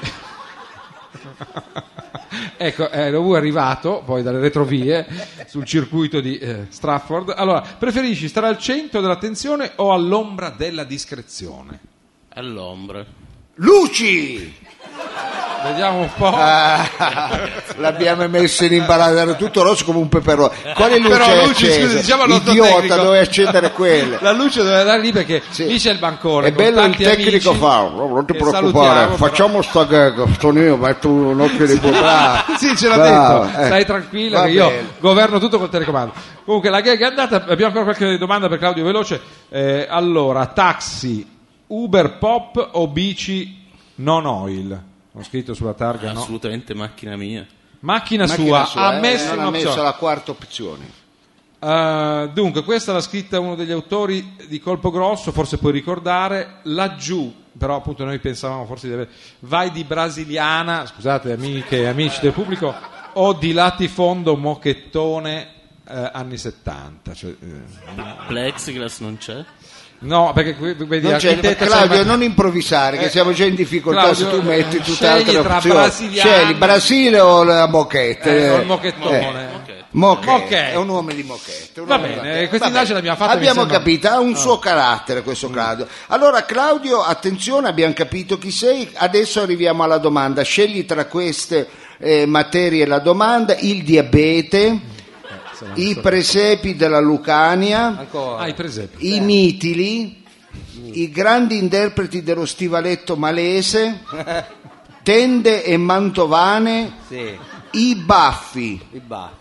Ecco, lo bue è arrivato poi dalle retrovie sul circuito di Stratford. Allora, preferisci stare al centro dell'attenzione o all'ombra della discrezione? All'ombra. Luci! Vediamo un po'. L'abbiamo messo in imbalata, era tutto rosso come un peperone. Quale luce Però è luci, accesa? scusi, diciamo al nostro Idiota, tecnico. doveva accendere quelle. La luce doveva andare lì perché Sì. lì c'è il bancone. È con bello il tanti tecnico amici fa, non ti che preoccupare, salutiamo, facciamo sta gag, sto io, metto un occhio di buca. Sì, ce l'ha Bravo, detto. Stai tranquilla va che io bene. governo tutto col telecomando. Comunque la gag è andata, abbiamo ancora qualche domanda per Claudio veloce. Allora, taxi, Uber Pop o bici non oil? Ho scritto sulla targa, no? Assolutamente macchina mia. Macchina Macchina sua, ha messo non ha messo un'opzione. la quarta opzione. Dunque, questa l'ha scritta uno degli autori di Colpo Grosso, forse puoi ricordare, laggiù, però appunto noi pensavamo forse di avere, vai di brasiliana, scusate amiche e amici del pubblico, o di latifondo mocchettone anni 70. Cioè, Plexiglass non c'è? no, perché qui vedi, Non c'è, architetto, Claudio, c'è- non improvvisare, che siamo già in difficoltà. Claudio, se tu metti tutte scegli altre tra opzioni. brasiliana- Scegli Brasile o la moquette? o il mocchettone. Moquette. Moquette. È un uomo di moquette. Va bene, questa indagine l'abbiamo fatta, Abbiamo mi sembra- capito, ha un suo carattere questo Claudio. Allora Claudio, attenzione, abbiamo capito chi sei, adesso arriviamo alla domanda. Scegli tra queste materie la domanda: il diabete, i presepi della Lucania, Ancora. i presepi. i mitili, i grandi interpreti dello stivaletto malese, tende e mantovane, Sì, i baffi. i baffi.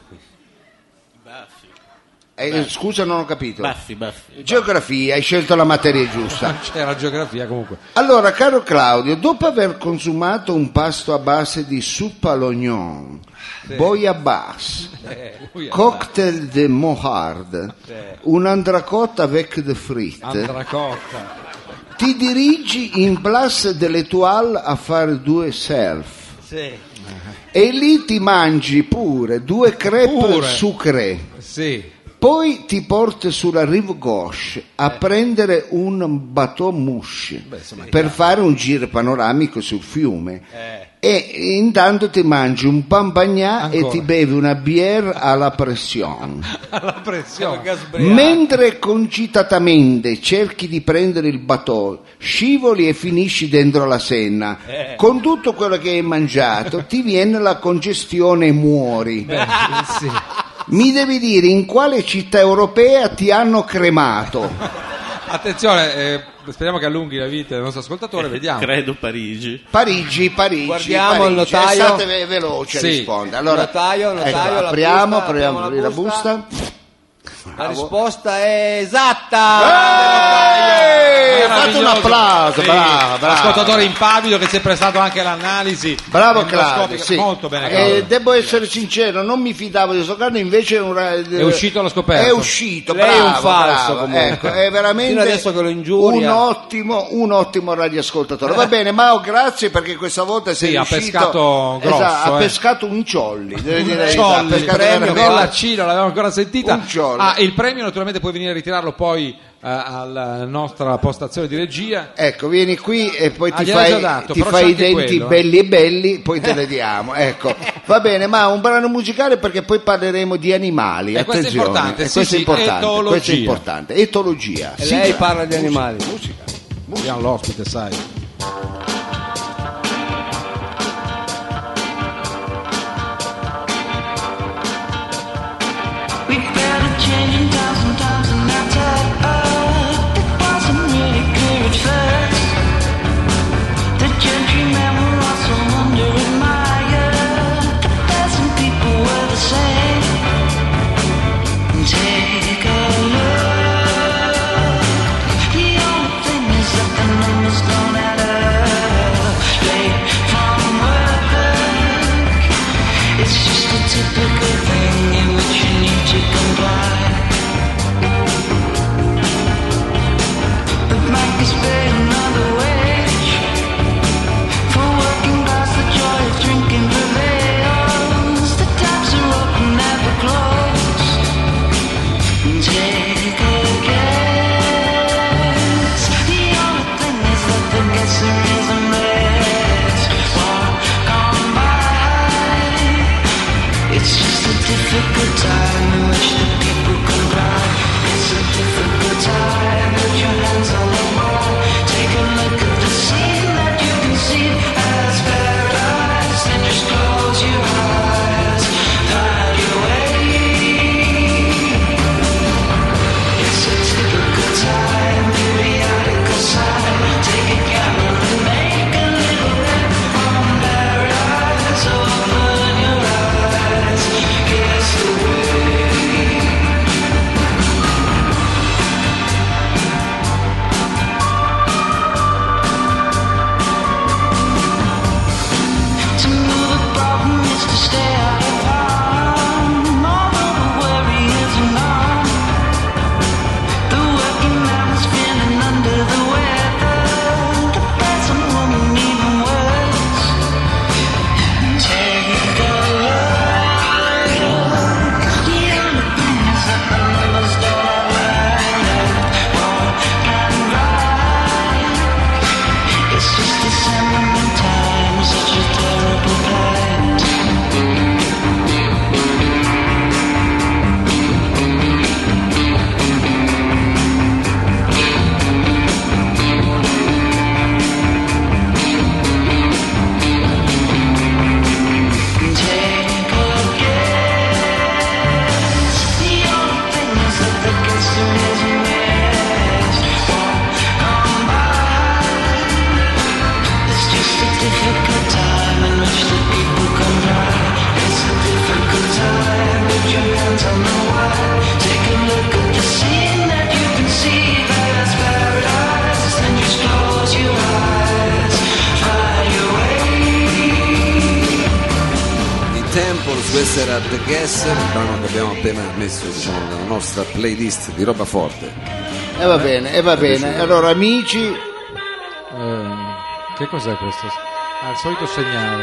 Scusa, non ho capito. Baffi. Geografia, hai scelto la materia giusta. C'era geografia comunque. Allora, caro Claudio, dopo aver consumato un pasto a base di soupe à l'oignon, bouillabaisse, cocktail de mohard, un andracot avec de frites, Andracotta. ti dirigi in Place de l'Étoile a fare 2 self Sì. e lì ti mangi pure 2 crêpe Pure. sucré. Sì. Poi ti porti sulla rive gauche a prendere un bateau mouche per fare un giro panoramico sul fiume e intanto ti mangi un pan bagnat e Ancora. ti bevi una bière alla pressione. Alla pressione. Mentre concitatamente cerchi di prendere il bateau, scivoli e finisci dentro la Senna. Con tutto quello che hai mangiato ti viene la congestione e muori. Sì. Mi devi dire in quale città europea ti hanno cremato. Attenzione, speriamo che allunghi la vita del nostro ascoltatore, vediamo. Credo Parigi. Parigi. Guardiamo il notaio. State veloce a Sì. rispondere. Allora, Notaio, ecco, la apriamo, busta, proviamo ad apriamo aprire la busta. La risposta è esatta. fatto un meraviglioso. applauso, Sì, bravo. Ascoltatore impavido che ci è prestato anche l'analisi. Bravo endoscopica. Claudio, sì. Molto bene, Claudio. Devo essere sincero, non mi fidavo di questo Carlo, invece È uscito allo scoperto. È uscito, Lei è un bravo, falso, bravo. comunque. Ecco, è veramente Fino adesso che lo ingiuria. un ottimo radioascoltatore. Va bene, Mao, grazie perché questa volta sei Sì, ha riuscito. pescato grosso, Esatto, ha eh. pescato un ciolli, devo dire la verità, ha Ciolli, pescato premio veramente- con la C, non l'avevamo ancora sentita. Un ciollo. Il premio naturalmente puoi venire a ritirarlo poi alla nostra postazione di regia. Ecco, vieni qui e poi ti gliel'ho già fai, dato, ti però fai c'è i anche denti quello, belli e belli, poi te le diamo. Ecco, va bene, ma un brano musicale perché poi parleremo di animali. E questo è Attenzione, importante, sì, questo è sì, importante, etologia. questo è importante. Etologia. E Sigla. lei parla di animali. Abbiamo l'ospite, sai. We felt a change in times and I tied up. It wasn't really clear at first. The gentrymen were also under admired. The peasant people were the same. Take a look. The only thing is that the numbers don't add up. Late from work. It's just a typical thing in which you need to comply. But Mike is paying another wage. For working class, the joy of drinking prevails. The taps are open, never close. Take a guess. The only thing is that the guessing is a mess. Walk on by. It's just a difficult time in which the people comply. It's a difficult time. Put your hands on the wall. Take a look at the scene that you can see as paradise. Then just close your eyes. Find your way. It's a typical time. Periodical sign. Take a camera and make a little bit from paradise. Open your eyes. Guess the way. To know the problem is to stay out of harm. Although the worry isn't on. The working man was feeling under the weather. The peasant woman even worse. Take a look. The only thing is that the numbers don't add up. Walk and ride. It's just a sentiment time, such a terrible plight. Take a guess. The only thing is that the guessing is a mess. Walk on by. It's just a difficult time in which the people comply. It's a difficult time. Put your hands on the wire. Take a look at the scene that you can see that's paradise. Then just close your eyes. Find your way. I Temples, questa era The Guesser, il brano che abbiamo appena messo, diciamo, nella nostra playlist di roba forte. E va bene, e va bene. Allora, amici, Che cos'è questo? Il solito segnale.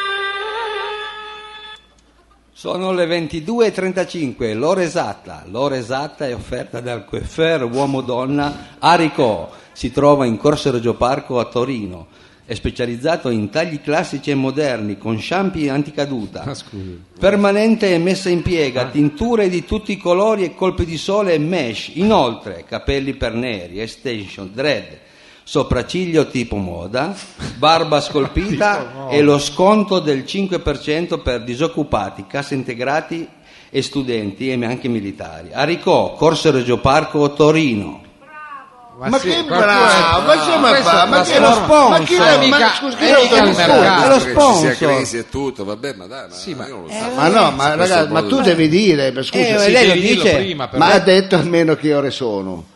Sono le 22:35, l'ora esatta. L'ora esatta è offerta dal coiffeur uomo-donna Aricò. Si trova in Corso Regio Parco a Torino. È specializzato in tagli classici e moderni con shampoo anticaduta. Permanente e messa in piega, tinture di tutti i colori e colpi di sole e mesh. Inoltre, capelli per neri, extension, dread, sopracciglio tipo moda, barba scolpita e lo sconto del 5% per disoccupati, cassa integrati e studenti e anche militari. Aricò, Corso Regio Parco, Torino. ma sì, che qualcuno bravo, ma che questa ma che trasforma- lo sponsor? Ma chi è mica- ma scusi, chi è lo mica il autorizza? mercato. È lo Che ci sia sponsor. crisi e tutto, vabbè, ma dai, ma io non lo so. Ma no, ma Questo ragazzi, ma modo tu di- devi dire, scusa, Sì, sì, lei lo devi dirlo dice. prima, però. ma ha detto almeno che ore sono.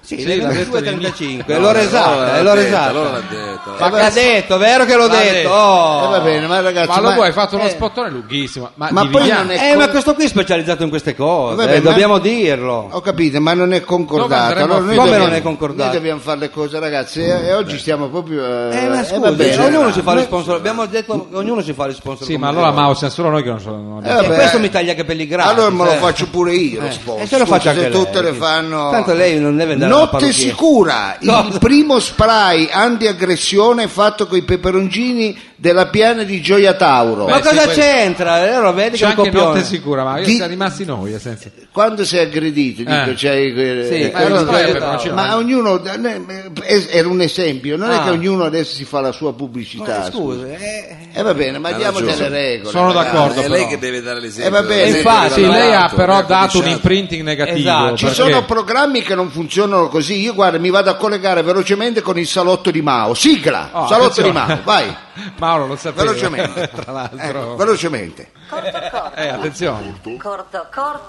Sì, Sì, le l'ha detto 22:35. L'ora esatta, è l'ora esatta. Allora l'ha detto. Ma che ha detto, vero che l'ho L'ha detto? detto. Oh. Va bene, ma ragazzi, Ma lo vuoi? Hai fatto uno spottone lunghissimo. Ma poi dividiamo. non è Ma questo qui è specializzato in queste cose, Vabbè, ma- dobbiamo dirlo. Ho capito, ma non è Dove concordato. andremo Allora a noi finire? Come dobbiamo- non è concordato? Noi dobbiamo fare le cose, ragazzi, e oggi stiamo proprio. Ma scusi, va bene. ognuno si fa responsabile. Abbiamo detto che ognuno si fa responsabile. Sì, ma allora Mao, siamo solo noi che non sono. Eh, vabbè. questo mi taglia i capelli grassi. Allora me lo eh. faccio pure io lo sport. E se lo faccia Scusa, anche se tutte lei. le fanno. Tanto lei non deve andare alla Notte parrucchiera. sicura, il primo spray anti-aggressione fatto con i peperoncini della piana di Gioia Tauro. Ma Beh, cosa sì, c'entra? Allora vedi C'è che anche copione. notte sicura, ma io Di- siamo rimasti noi. Senza... Quando sei aggredito, dico, c'hai Sì, allora- lo spray peperoncino. ma ognuno era un esempio, non è Ah. che ognuno adesso si fa la sua pubblicità. Scusa, Va bene, ma Ha diamo ragione. delle regole. Sono ragazzi. d'accordo. È lei però. che deve dare l'esempio. va bene. l'esempio Infatti, Sì, dell'avvocato, lei ha che però dato un cominciato. imprinting negativo. Esatto. Ci perché- sono programmi che non funzionano così. Io guarda, mi vado a collegare velocemente con il salotto di Mao. Sigla! Oh, salotto attenzione. di Mao, vai. Mauro lo sapeva. Velocemente. Tra l'altro. Ecco, velocemente. Attenzione. Corto,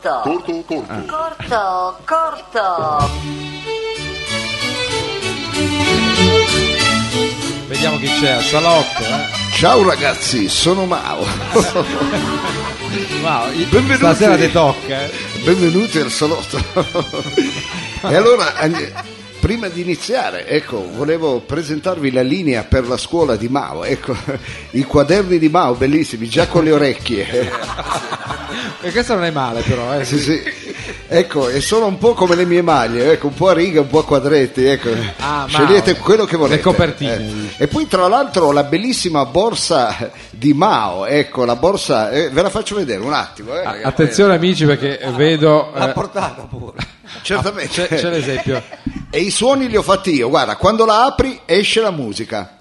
corto. Vediamo chi c'è al salotto. Ciao ragazzi, sono Mao. Wow, Benvenuti. stasera ti tocca. Benvenuti al salotto. E allora, prima di iniziare, ecco, volevo presentarvi la linea per la scuola di Mao. Ecco, i quaderni di Mao, bellissimi, già con le orecchie. E questo non è male, però. Sì, sì. Ecco, e sono un po' come le mie maglie, ecco, un po' a righe, un po' a quadretti, ecco. Ah, Scegliete Mao. quello che volete. Le copertine. E poi tra l'altro la bellissima borsa di Mao, ecco, la borsa, ve la faccio vedere un attimo. Attenzione amici perché vedo. l'ha portata pure. Certamente. C'è l'esempio. E i suoni li ho fatti io, guarda, quando la apri esce la musica.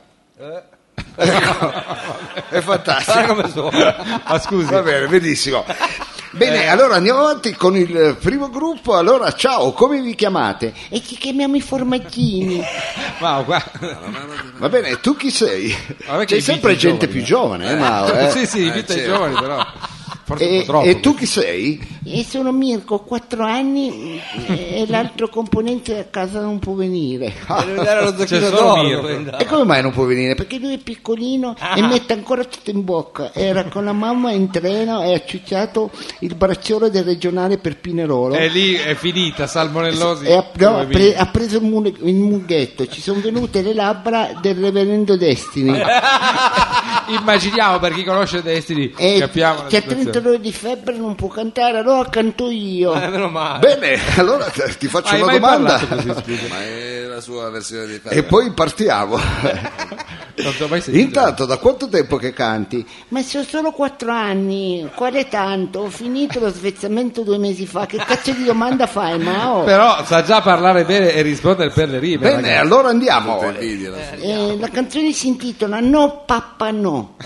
Ecco. È fantastico. Ma scusi. Va bene, benissimo. Bene, allora andiamo avanti con il primo gruppo. Allora, ciao, come vi chiamate? E ci chiamiamo i formaggini. Mao, guarda. Va bene, tu chi sei? Vabbè che C'è sempre inviti i gente giovani, più giovane, Mao. Sì, sì, invita i certo. giovani, però. Forse un po' troppo. E tu chi sei? E sono Mirko, 4 anni e l'altro componente a casa non può venire. Deve vedere lo C'è zucchino solo d'oro. Mirko. dove andare. E come mai non può venire? Perché lui è piccolino e mette ancora tutto in bocca. Era con la mamma in treno e ha ciucciato il bracciolo del regionale per Pinerolo. E lì è finita, salmonellosi. E ha, no, come via. ha preso il mughetto. Ci sono venute le labbra del reverendo Destiny. Immaginiamo, per chi conosce Destiny, E capiamo la c'è situazione. 32 di febbre, non può cantare, allora canto io. Meno male. Bene, allora ti faccio Hai una mai domanda parlato così, scusa? Ma è la sua versione di e poi partiamo. Non ti ho mai sentito. Intanto, da quanto tempo che canti? Ma sono solo 4 anni, quale tanto? Ho finito lo svezzamento 2 mesi fa. Che cazzo di domanda fai, Mao? Però sa già parlare bene e rispondere per le rime. Bene, ragazzi. allora andiamo. invidia. La canzone si intitola No Pappa No.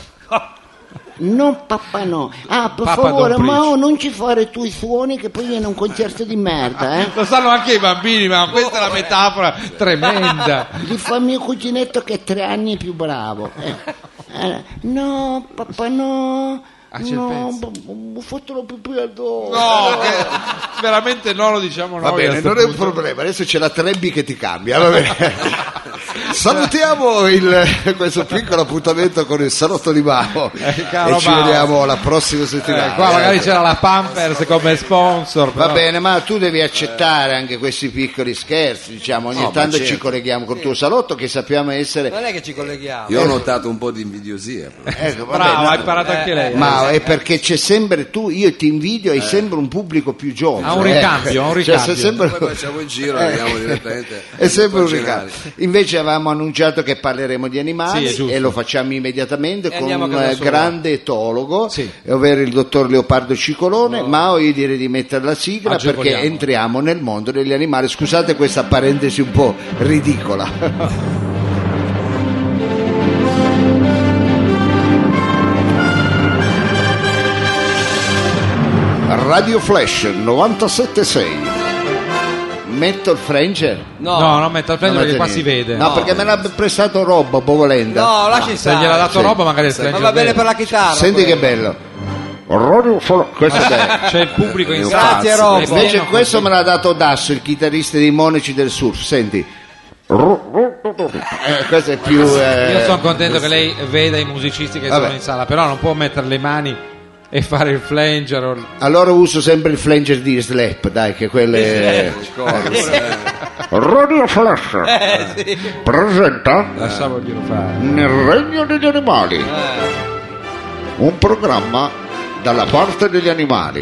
No Pappa No. Ah, per Pappa favore, Don't Preach. Mao, non ci fare tu i suoni che poi viene un concerto di merda, eh? Lo sanno anche i bambini, ma questa è una metafora tremenda. Gli fa mio cuginetto che è 3 anni più bravo. No, papà, no. Ah, c'è il No, pezzo. ho fatto la pipì addosso. No, che veramente no, lo diciamo Va noi. a bene, sto non è un punto. problema, adesso c'è la Trebbi che ti cambia. Va bene. Salutiamo questo piccolo appuntamento con il salotto di Mao caro e ci Mao. vediamo la prossima settimana. Qua magari c'era la Pampers come sponsor. Va però- bene, ma tu devi accettare anche questi piccoli scherzi, diciamo, ogni No, ma tanto ci certo. colleghiamo col tuo salotto che sappiamo essere. Non è che ci colleghiamo. Io ho notato un po' di invidiosia. Ecco, va Bravo, bene, ha imparato anche lei. Ma è perché c'è sempre io ti invidio, hai sempre un pubblico più giovane. Ha un ricambio, ha un Cioè, ricambio. sei sempre- Poi facciamo il giro e andiamo direttamente. È sempre un ai ricambio. congeneri. Invece avevamo annunciato che parleremo di animali Sì, è giusto. e lo facciamo immediatamente E con andiamo a un casa sua. grande etologo, Sì. ovvero il dottor Leopardo Cicolone. Ma io direi di mettere la sigla perché Agevoliamo. entriamo nel mondo degli animali. Scusate questa parentesi un po' ridicola. Radio Flash 97.6. Metto il Franger? No, non metta il prendere perché qua mette si niente. vede. No, perché me l'ha prestato roba, Bovolenda. No, lasci Se stare. gliel'ha dato Sì. roba magari il Ma Stranger va bene vede. per la chitarra. Senti che quello. bello. Questo C'è il pubblico in Grazie, sala. Robo. invece questo me l'ha dato Dasso, il chitarrista dei Monaci del Surf. Senti. Questo è più. Io sono contento che lei veda i musicisti che Vabbè. sono in sala, però non può mettere le mani e fare il flanger. Allora uso sempre il flanger di Slap, dai, che quelle. Radio Flash presenta Lasciamoglielo fare. Nel regno degli animali un programma dalla parte degli animali.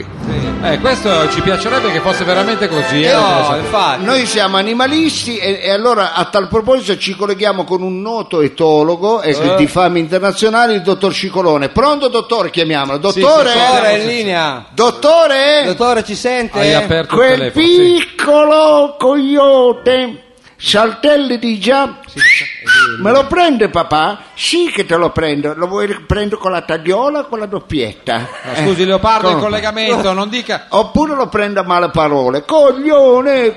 Questo ci piacerebbe che fosse veramente così. No, infatti. Noi siamo animalisti e allora a tal proposito ci colleghiamo con un noto etologo di fama internazionale, il dottor Cicolone. Pronto, dottore? Chiamiamolo. Dottore? Dottore, è in linea. Dottore? Dottore, ci sente? Hai aperto il Quel telefono. Sì. piccolo coyote saltelli di già. Me lo prende papà? Sì che te lo prendo. Lo vuoi prendo con la tagliola o con la doppietta? No, scusi Leopardo, in come? collegamento, non dica Oppure lo prendo a male parole. Coglione.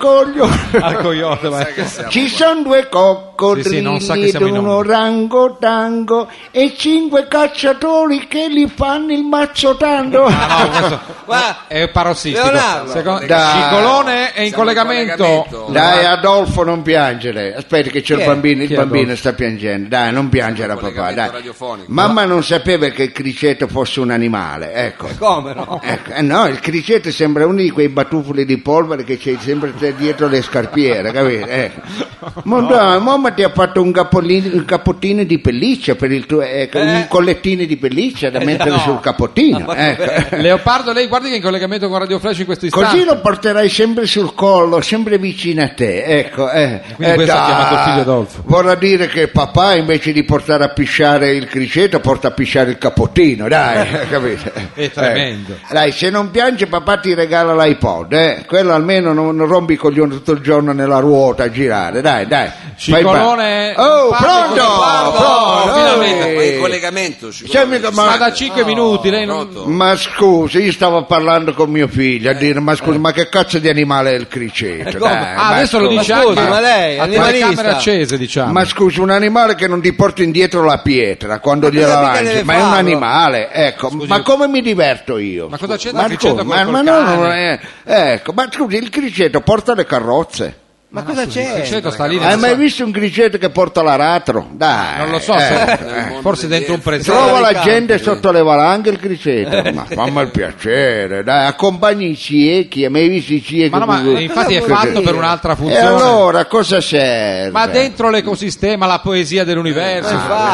al coyote. Ma... Ci sono due Sì, non sa che coccodrilli ed siamo in un onda. orangotango e 5 cacciatori che li fanno il mazzotando. Ah, no, questo Guarda, è parossistico. Leonardo. Dai. Cicolone è in collegamento. Dai Adolfo, non piangere. Aspetta che c'è il bambino, Chi è bambino sta piangendo. Dai, non piangere papà, collegamento dai. radiofonico. Mamma non sapeva che il criceto fosse un animale, ecco. come no? Ecco, no, il criceto sembra uno di quei batuffoli di polvere che c'è sempre dietro le scarpiere, capito? Ecco. Ma dai, mamma ti ha fatto un capottino di pelliccia per il tuo, un collettino di pelliccia da mettere sul capottino, ecco. Leopardo, lei guardi che è in collegamento con Radio Flash in questo istante. Così lo porterai sempre sul collo, sempre vicino a te, ecco. Quindi questo ha dai. chiamato il figlio Adolfo. Vorrà dire che papà invece di portare a pisciare il criceto porta a pisciare il capottino, dai, capito? È tremendo. Dai, se non piange papà ti regala l'iPod, quello almeno non rompi i coglioni tutto il giorno nella ruota a girare, dai. Fai Cicolone, oh, parli pronto, con pronto, finalmente. Ma in collegamento C'è mica- Ma da 5 minuti lei non... Pronto? Ma scusi, io stavo parlando con mio figlio a dire, ma scusi, ma che cazzo di animale è il criceto? Dai, Ah, ma adesso lo scusi. dice Ma scusi, anche ma lei è a animalista. telecamere accese, diciamo. Ma scusi, un animale che non ti porta indietro la pietra quando gliela mica lanci, deve ma è un farlo. animale, ecco. Ma come mi diverto io? Ma cosa c'entra Ma il criceto scusi, col ma cane? non è- ecco, ma scusi, il criceto porta le carrozze. Ma cosa Il c'è? criceto sta lì. Hai mai visto un criceto che porta l'aratro? Dai. Non lo so, forse dentro un presepe. Trova la Campi. gente sotto le valanghe il criceto, ma fammi il piacere, dai, accompagni i ciechi, hai mai visto i ciechi? Ma no, ma infatti è fatto per un'altra E funzione. allora cosa serve? Ma dentro l'ecosistema, la poesia dell'universo.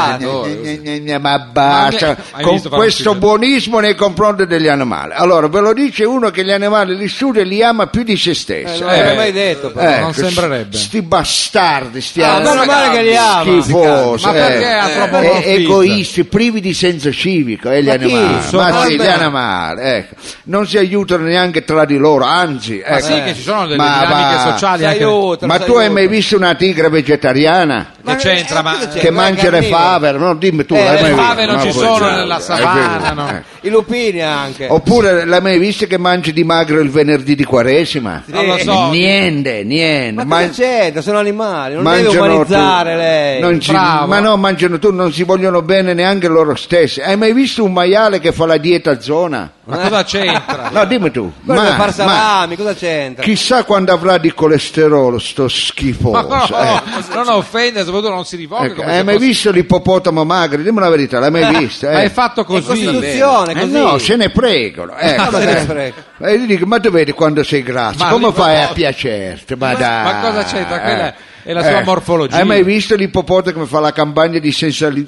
Ma basta, Hai con visto, questo Fabrizio? buonismo nei confronti degli animali. Allora, ve lo dice uno che gli animali li studia e li ama più di se stesso. Non l'hai mai detto, però. non sembrerebbe. Sti bastardi, sti meno male che li ama. schifosi, Ma perché antropomorfizza? egoisti, privi di senso civico, gli Ma chi? animali. Ma Sono- sì, gli animali, ecco. Non si aiutano neanche tra di loro, anzi, Ma ecco. sì, che ci sono delle Ma dinamiche va. sociali Si anche aiutano, Ma si tu hai aiutano. mai visto una tigre vegetariana? che c'entra, ma cosa c'è? Che Ma mangia le carnivoro. fave? No, dimmi tu, l'hai le mai fave visto? non ci puoi sono dire. nella Hai savana, visto? no. I lupini anche. Oppure l'hai mai visto che mangi di magro il venerdì di Quaresima? non lo so. Niente. Ma Ma- cosa c'entra? Sono animali, non deve mangiano umanizzare tu- lei. non si- Bravo. ma no, mangiano tu, non si vogliono bene neanche loro stessi. Hai mai visto un maiale che fa la dieta zona? Ma cosa c'entra? No, dimmi tu. Quello deve far ma salami, cosa c'entra? chissà quando avrà di colesterolo sto schifoso. Ma no, non offende, soprattutto non si rivolga. Ecco, come hai se mai fosse- visto l'ippopotamo magro? Dimmi la verità, l'hai mai visto? Ma è fatto È così. Costituzione, così. No, se ne pregano. Ecco. Ma se ne frega. E io dico, ma tu vedi quando sei grasso? Ma Come fai a l'ippopotamo- piacerti? Ma dai. Ma cosa c'entra? Quella è la sua morfologia. Hai mai visto l'ippopotamo che fa la campagna di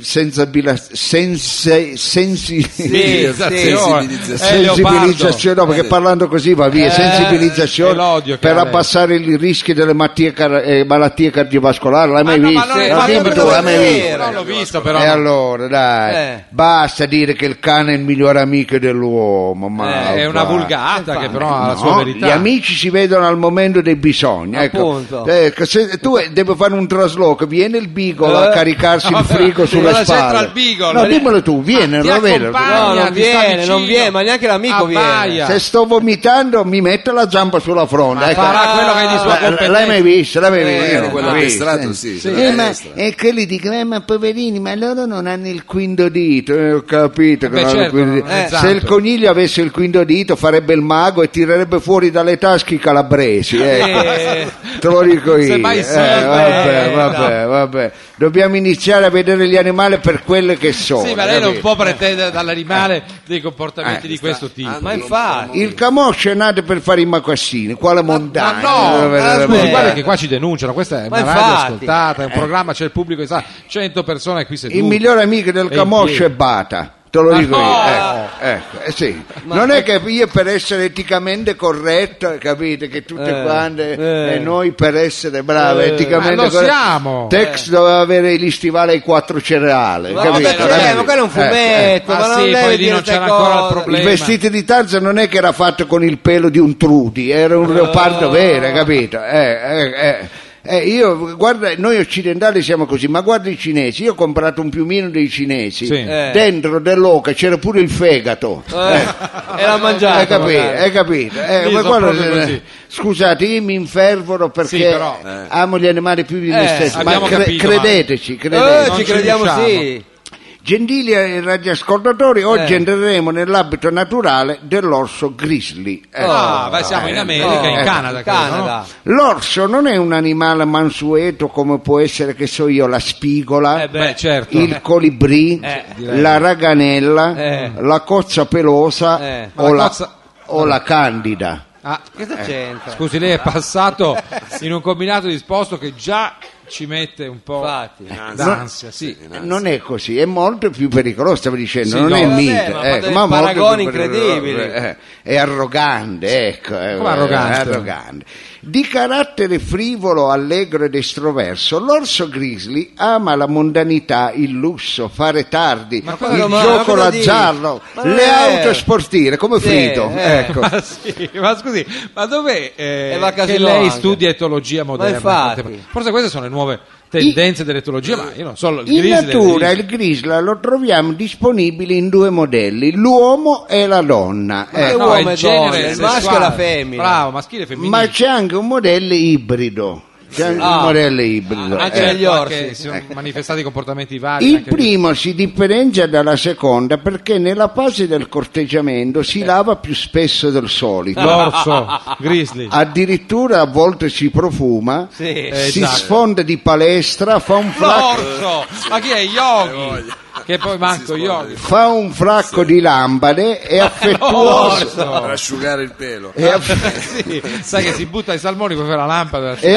sensibilizzazione? No, perché parlando così va via. è Sensibilizzazione l'odio che per ha lei. abbassare i rischi delle malattie cardiovascolari. L'hai mai Ma no, visto? ma non è No, fatto dimmi per tu, l'hai mai vedere. visto? Non l'ho visto, però. E allora, dai, basta dire che il cane è il migliore amico dell'uomo. Ma È una va. vulgata che però ha la No, sua verità. gli amici si vedono al momento dei bisogni. Ecco. Appunto. Se deve fare un trasloco, viene il Beagle a caricarsi il frigo sulle cosa spalle. c'entra il Beagle? No, dimmelo tu, viene, Ti lo vedo. accompagna, No, non ti sta viene, vicino. non viene, ma neanche l'amico viene. Abbaia. Se sto vomitando mi mette la zampa sulla fronda. Ecco. farà quello che è di sua competenza. L'hai mai visto? L'hai mai visto? quello L'ho addestrato, visto. sì. E quelli dicono, ma poverini, ma loro non hanno il quinto dito. Ho capito che Beh, non hanno il certo, quinto dito. non è Se esatto. il coniglio avesse il quinto dito farebbe il mago e tirerebbe fuori dalle tasche i calabresi. Ecco. Te lo dico io. Semmai sì, Vabbè. Dobbiamo iniziare a vedere gli animali per quelle che sono. Sì, ma lei non capito? può pretendere dall'animale dei comportamenti di questo tipo. Ma infatti. Il camoscio è nato per fare i macassini, quale montagna? Ma no, scusi, guarda che qua ci denunciano, questa è Ma una radio infatti. ascoltata, è un programma, c'è il pubblico, sa, 100 persone qui sedute. Il migliore amico del E camoscio in è Bata. Te lo dico no! io, sì. Non è che io per essere eticamente corretto, capite, che tutte quante e noi per essere bravi eticamente Ma lo corretti. siamo! Tex doveva avere gli stivali ai 4 cereali, Ma capito? ma quello è un fumetto, Ma ma non sì, deve poi lì dire non queste c'era ancora il cose. problema. Il vestito di Tarzan non è che era fatto con il pelo di un Trudy, era un leopardo vero, capito? Io, guarda, noi occidentali siamo così, ma guarda i cinesi, io ho comprato un piumino dei cinesi, Sì. dentro dell'oca c'era pure il fegato. E l'ha mangiato. Hai capito? Lì Ma sono guarda, proprio così. scusate, io mi infervoro perché Sì, però, amo gli animali più di me stesso, ma abbiamo capito, credeteci. Non Ci ci crediamo, riusciamo. sì. Gentili radioascoltatori, oggi entreremo nell'abito naturale dell'orso grizzly. Beh, siamo in America, in Canada, credo, Canada. L'orso non è un animale mansueto come può essere, che so io, la spigola, no? Beh, certo. il colibrì, direi. la raganella, la cozza pelosa o, La la, cozza- o la candida. Ah, Cosa c'entra? scusi, lei è passato in un combinato disposto che già ci mette un po' Infatti. d'ansia, sì. Non è così, è molto più pericoloso, stavo dicendo, Sì, non no. è Vabbè, mite, ma fa dei molto paragoni più pericoloso. incredibili. È arrogante, ecco. Come arrogante? È arrogante. Di carattere frivolo, allegro ed estroverso, l'orso grizzly ama la mondanità, il lusso, fare tardi, cosa- il ma gioco, cosa l'azzardo, dici? Ma non le è- auto sportive, come Sì, Frito. Ecco. Ma sì, ma scusi, ma dov'è va a che Casilò lei anche. studia etologia moderna? infatti. Forse queste sono le nuove tendenze dell'etologia, ma io non so. Il In grizzly natura del il grizzly lo troviamo disponibile in 2 modelli, l'uomo e la donna. Che Ecco. no, uomo è e il genere donna, il maschio e la femmina. Bravo, maschile e femminile. Ma c'è anche un modello ibrido. C'è anche un modello ibrido. anche eh. negli orsi. Anche si sono manifestati comportamenti vari. Il anche primo si differenzia dalla seconda perché nella fase del corteggiamento si lava più spesso del solito. l'orso grizzly. Addirittura a volte si profuma, Sì. si esatto. sfonda di palestra, fa un flacco. L'orso! Ma chi è Yogi? Che poi manco Yogi. Fa un fracco di lampade, è affettuoso. Per asciugare il pelo. Sì, sai che si butta ai salmoni per fare la lampada. È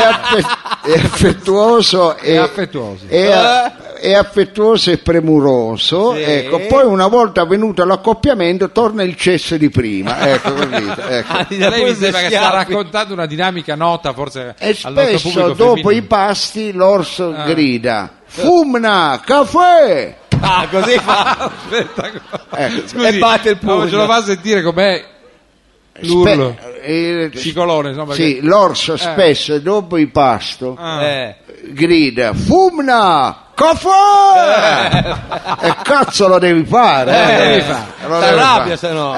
affettuoso È affettuoso. è affettuoso e premuroso. Sì. Ecco, poi una volta avvenuto l'accoppiamento torna il cesso di prima, ecco, capito? Ecco. Ah, ti dà Lei pure mi sembra che due sta schiaffi. raccontando una dinamica nota forse E al nostro spesso pubblico dopo femminile. i pasti l'orso grida fumna, caffè. Ah, così fa. Aspetta, Ecco. E batte il pugno. ma ce lo fa sentire com'è l'urlo Spe- cicolone, insomma, sì, l'orso spesso dopo il pasto grida fumna, caffè. E cazzo lo devi fare, devi fare. Lo Si devi arrabbia, fare. se no.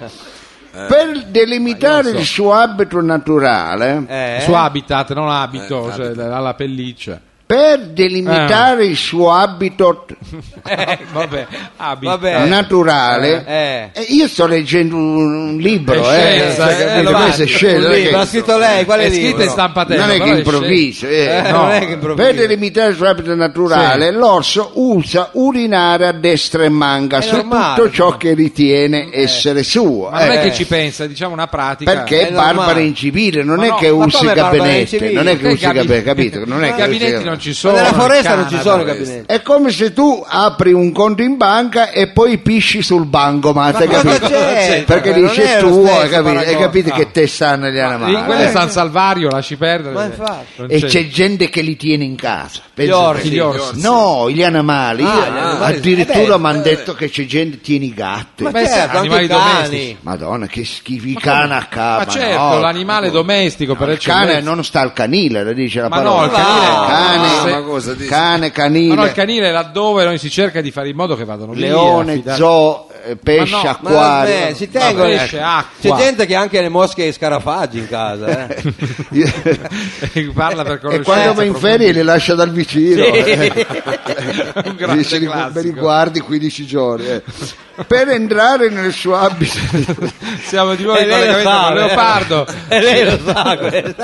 Per delimitare il suo abito naturale, suo habitat, non abito, cioè alla pelliccia. per delimitare il suo abito Vabbè, abito. Vabbè. naturale, io sto leggendo un libro, È scienza, capito? lo Questo è scienza, non è che- L'ha scritto lei, quale È libro? scritto in stampatello. non è che però improvviso, non è che improvviso. per delimitare il suo abito naturale l'orso usa urinare a destra e manca su normale, tutto ciò che ritiene essere suo, Ma non è che ci pensa, diciamo una pratica. perché è normale. barbara incivile, non Ma è no, che ma usi come barbara gabinette, incivile? non è che Perché usi gabinette, capito? Non è i che gabinetti usi- non non ci sono. Ma nella foresta in non ci Canada. sono i gabinetti. È come se tu apri un conto in banca e poi pisci sul bancomat, hai cosa capito? c'è? Perché Non dici è tu, lo stesso hai capito? Hai paragone. capito che te stanno gli Lì, animali? quello è San Salvario, lasci perdere. Ma infatti. Non E c'è gente che li tiene in casa. Pensa orsi. te. Gli orsi. No, gli animali. Ah, gli animali. Addirittura mi hanno detto che c'è gente che tiene i gatti. Ma Beh, certo, animali anche i cani. domestici. Madonna, che schifo, i cani a capo. Ma certo, no. l'animale domestico per Il cane eccellenza. non sta al canile, lo dice la Ma parola. no, il canile. cane, ma cosa dici? cane, canile, Ma no, il canile è laddove noi si cerca di fare in modo che vadano via. leone, affidati- zoo, pesce, Ma no, Ma acquario. vabbè, si tengono. pesce, acqua. C'è gente che ha anche le mosche e i scarafaggi in casa. Parla per E conoscenza. quando va in ferie li lascia dal vicino. Un grande Dice, me classico. li guardi 15 giorni. Per entrare nel suo abito. Siamo di nuovo E in lei lo collegamento sa, con Leopardo. E lei lo sa questo.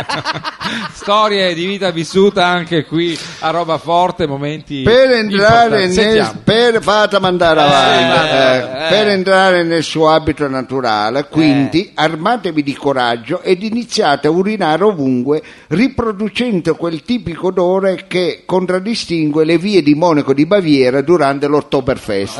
Storie di vita vissuta anche qui a Roba Forte, momenti Per entrare importanti. nel, Sentiamo. fate mandare avanti, vai. per entrare nel suo abito naturale, quindi armatevi di coraggio ed iniziate a urinare ovunque, riproducendo quel tipico odore che contraddistingue le vie di Monaco di Baviera durante l'Oktoberfest.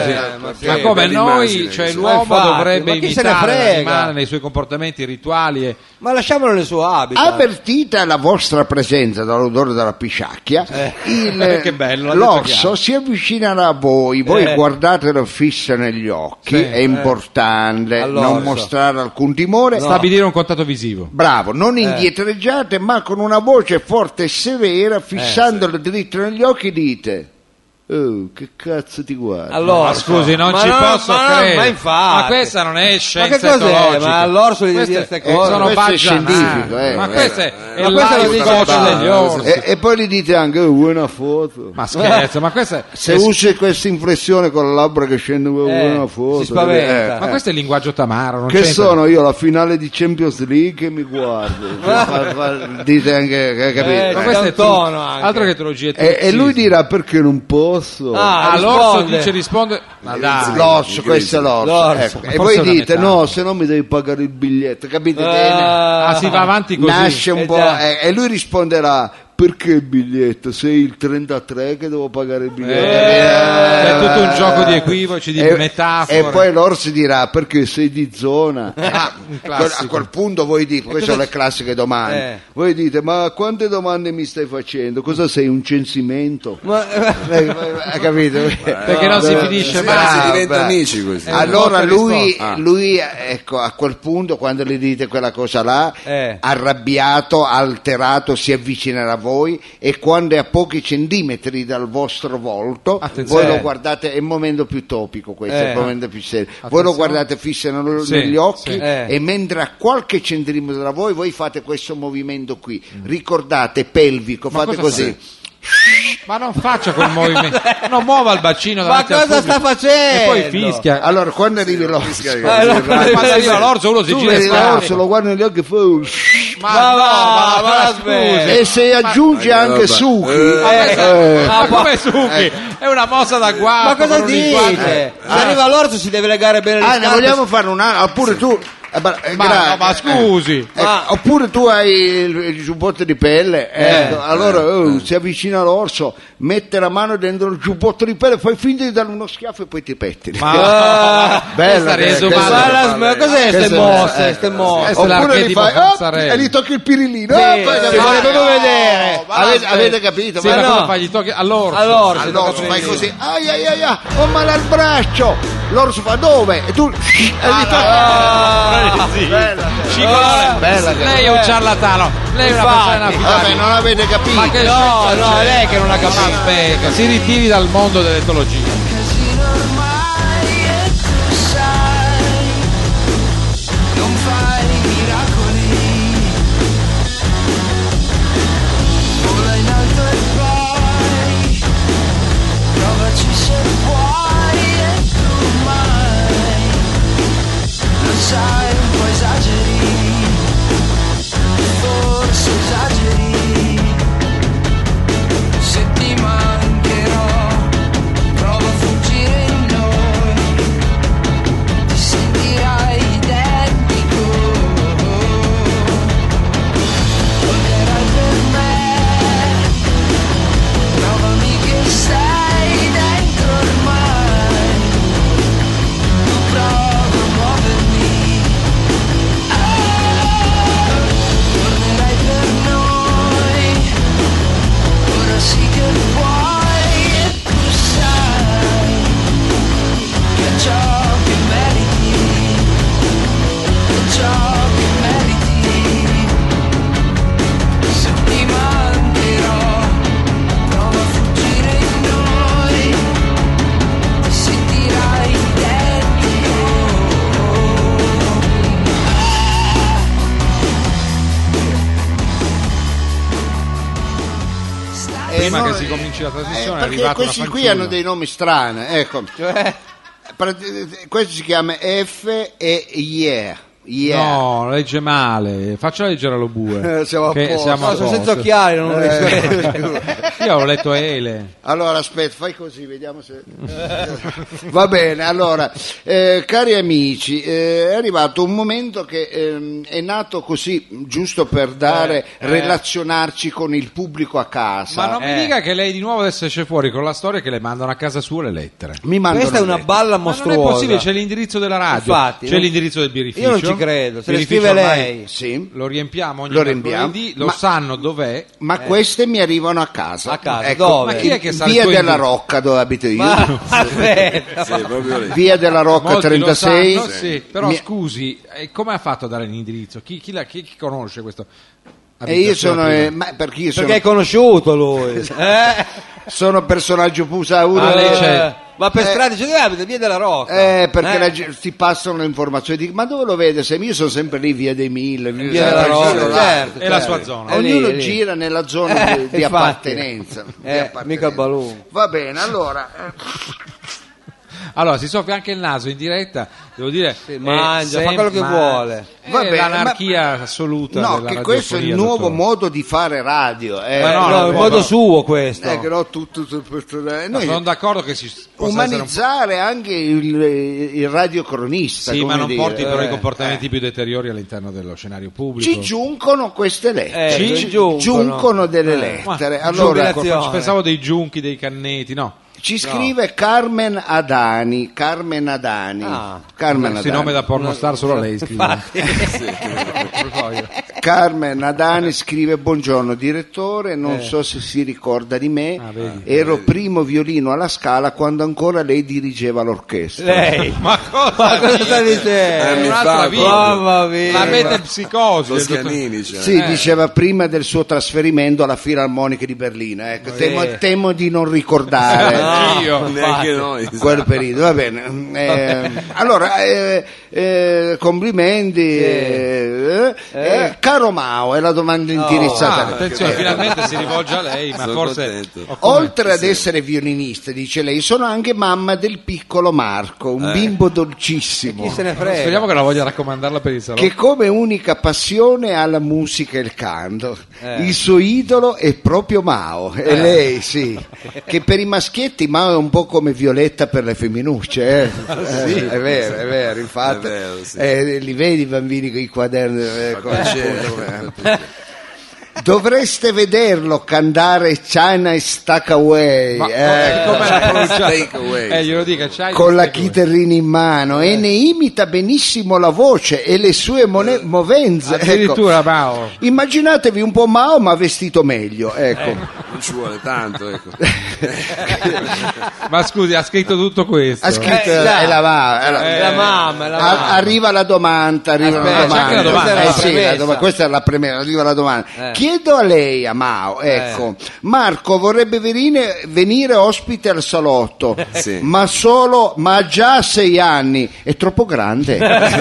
Ma come noi, cioè l'uomo infatti, dovrebbe ma chi se ne imitare frega? l'animale nei suoi comportamenti rituali e... Ma lasciamolo nel suo habitat. Avvertita la vostra presenza dall'odore della pisciacchia, che bello, l'ha detto l'orso chiaro. si avvicinerà a voi, guardatelo fisso negli occhi, è importante All'orso. non mostrare alcun timore. stabilire un contatto visivo. Bravo, non indietreggiate, ma con una voce forte e severa, fissandolo dritto negli occhi, dite: oh, che cazzo ti guardi? Allora, Ma scusi, non ma ci no, posso ma no, credere. ma infatti. Ma questa non è Ma scienza che cos'è? ecologica. Ma all'orso gli devi dire Queste queste cose? sono questo è baggianate. scientifico, Ma questo è Ma il questo lo life dice coach Barbara. degli orsi. E poi gli dite anche: oh, vuoi una foto? Ma scherzo, ma questa è... Se usi questa inflessione con le labbra che scende, vuoi una foto? si spaventa. Ma questo è il linguaggio tamaro, non Che c'entra. sono io, la finale di Champions League, mi guardo. Dite anche, che capito? Ma questo un è tono anche. altro che teologia E lui dirà: perché non posso? Ah, l'orso risponde. risponde. Ma dai. L'orso, questo è l'orso. L'orso. Ecco. E Forse voi è una dite: metafora. no, se no mi devi pagare il biglietto, capite bene? Ah, si va avanti così. Nasce un po', già. e lui risponderà: perché il biglietto? Sei il 33 che devo pagare il biglietto. È tutto un gioco di equivoci, di metafore. E poi l'orso dirà: perché sei di zona? un A classico. quel punto voi dite, queste sono le classiche domande. Voi dite: ma quante domande mi stai facendo? Cosa sei, un censimento? Hai capito? Perché non si finisce mai. Si diventa beh. amici così. Allora botta e lui, risposta. lui, ecco, a quel punto, quando gli dite quella cosa là, arrabbiato, alterato, si avvicinerà a voi, e quando è a pochi centimetri dal vostro volto, Attenzione. voi lo guardate, è il momento più topico questo, è il momento più serio. Voi lo Attenzione. guardate fisso Sì, negli occhi, sì. e mentre a qualche centimetro da voi, voi fate questo movimento qui. Ricordate, pelvico, fate cosa così. Ma non faccia quel movimento, non muova il bacino Ma davanti al cosa pubblico. sta facendo? E poi fischia. Allora, quando arrivi l'orso, Quando arriva l'orso uno si tu gira vedi e fa. l'orso, lo guardi negli occhi e fai... Ma scusi. E se aggiungi anche succhi, Ma come succhi? È una mossa da guapo. Ma cosa con un inquadro. dice? Se arriva l'orso si deve legare bene le ne scarpe. vogliamo fare un'altra? Oppure tu... Ma scusi. Oppure tu hai il giubbotto di pelle, allora si avvicina l'orso, mette la mano dentro il giubbotto di pelle, fai finta di dare uno schiaffo e poi ti pettini. Ma Bella, questa Ma cos'è queste mosse? Ste mosse? Questo è Oppure gli l'archetipo fai Forzarelli. e gli tocchi il pirillino. Sì, poi si vuole proprio vedere. Avete capito? Sì, Ma ma no. come fai? Gli tocchi all'orso. All'orso. L'orso fai così, ho male al braccio, l'orso fa dove? E tu e gli tocchi. Scivolone. Lei è un ciarlatano. Lei è una persona Vabbè, inaffidabile. non avete capito. Ma che No, è lei che non ha capito. Aspetta, si ritiri dal mondo dell'etologia. Casino ormai e tu sai, non fai miracoli, vola in alto e poi provaci se puoi e tu mai, lo sai, un po' esageri, forse esageri, se ti mancherò provo prima no, che si cominci la trasmissione è perché arrivata questi una qui fanciulla. hanno dei nomi strani, ecco. Cioè, Questo si chiama F e Yeah. No, legge male. Faccia leggere allo bue. Siamo a che posto. siamo a no, sono posto. senza occhiali, non riesco a leggere. Io ho letto Ele. Allora, aspetta, fai così, vediamo se... Va bene, allora, cari amici, è arrivato un momento che è nato così, giusto per dare, relazionarci con il pubblico a casa. Ma non mi dica che lei di nuovo adesso esce fuori con la storia che le mandano a casa sua le lettere. Mi mandano Questa è una le- balla Ma non mostruosa. è possibile, c'è l'indirizzo della radio, Infatti, c'è non- l'indirizzo del birrificio. Io non ci credo, se le Birrificio scrive ormai lei. Sì, Lo riempiamo ogni Lo riempiamo. mercoledì, lo Ma- sanno dov'è. ma queste mi arrivano a casa. A casa, Ecco, dove? Ma chi è che sa il Via tuo della indirizzo? Rocca, dove abito io. Ma aspetta, Sì, proprio lì. Via della Rocca Molti 36. lo sanno, sì, però Mi- scusi, come ha fatto a dare l'indirizzo? Chi conosce questo? E io sono, abitazione ma perché io sono, perché è conosciuto lui. sono personaggio pusa uno. Ah, lei c'è. Ma per strada dice dove abita? Via della Rocca. Perché ti passano le informazioni, dico, ma dove lo vede? Se io sono sempre lì, via dei Mille, Via della Rocca, certo. È la sua zona. Ognuno È lì. gira nella zona di infatti. appartenenza. Mica il balloon. Va bene, allora. Allora, si soffia anche il naso in diretta, devo dire. mangia, fa quello che vuole. Va bene, l'anarchia assoluta. No, della che questo è il radiofonia, nuovo dottore. modo di fare radio. Ma no, No, in modo suo questo. che no, tutto noi Sono d'accordo che si possa umanizzare anche il radiocronista. sì, come ma non dire. porti però i comportamenti più deteriori all'interno dello scenario pubblico. Ci giuncono queste lettere, Ci giuncono. delle Ma lettere. Allora, giubilazione. pensavo dei giunchi, dei canneti, no. ci scrive Carmen Adani. Carmen Adani. Carmen Questi Adani. nome da pornostar solo lei scrive. Carmen Adani scrive: buongiorno direttore, non so se si ricorda di me, ero primo violino alla Scala quando ancora lei dirigeva l'orchestra. Lei. Ma cosa? Ma cosa sta dicendo? Anni Un'altra fa, vita. Mamma mia. La mette psicosi. Toscanini, cioè. Sì, diceva prima del suo trasferimento alla Filarmonica di Berlino. Ecco, temo di non ricordare Io. Neanche noi. quel periodo. Va bene. Allora, complimenti. Caro Mao, è la domanda indirizzata a lei. Attenzione, finalmente si rivolge a lei, ma Sono forse contento. Oltre ad essere violinista, dice lei, sono anche mamma del piccolo Marco, un bimbo dolcissimo, Chi se ne frega? speriamo che la voglia raccomandarla per il salotto. che come unica passione ha la musica e il canto. Il suo idolo è proprio Mao, e lei sì, che per i maschietti Mao è un po' come Violetta per le femminucce. È vero, infatti. È vero, sì. Li vedi i bambini con i quaderni? Piacere. Dovreste vederlo cantare China e Stack Away. Ma come la pronuncia? Take away. Glielo dica, c'hai Con la queste cose. chitarrina in mano e ne imita benissimo la voce e le sue movenze. Ecco. Addirittura Mao. Immaginatevi un po' Mao ma vestito meglio, ecco. Non ci vuole tanto, ecco. Ma scusi, ha scritto tutto questo. Ha scritto già. è la mamma. Arriva la domanda, arriva Aspetta, la c'è anche la domanda. domanda. Sì, questa è la premessa, arriva la domanda. Chiedo a lei, a Mao, ecco, Marco vorrebbe venire ospite al salotto, Sì. ma ha già 6 anni, è troppo grande.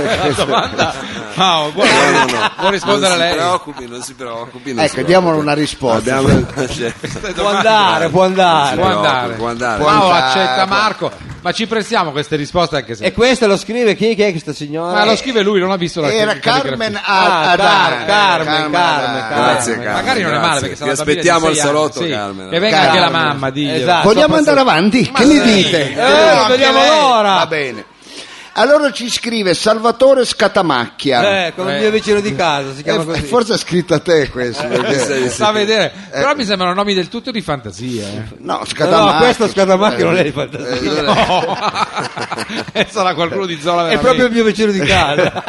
Mao, vuole rispondere a lei? Non si preoccupi. Ecco, diamolo una risposta. Può andare. Può andare. Può andare. Mao andare, accetta può- Marco, ma ci prestiamo queste risposte anche se... E questo lo scrive chi? Chi è questa signora? Ma lo scrive lui, non ha visto la Era calligrafia. Carmen Carmen, Adani. Grazie, Carmen. Magari non è male perché Ti sarà aspettiamo al bambina di 6 salotto, anni, sì. Carmen. E venga anche la Carmen. mamma, diglielo. Esatto. Vogliamo andare avanti? Che ne dite? anche vediamo lei. l'ora. Va bene. Allora ci scrive Salvatore Scatamacchia. Con il mio vicino di casa, si chiama così. Forse è scritto a te questo. perché- Sta a vedere, però mi sembrano nomi del tutto di fantasia. No, No, Scatamacchia. questo Scatamacchia non è di fantasia. No, sarà qualcuno di zona È proprio il mio vicino di casa.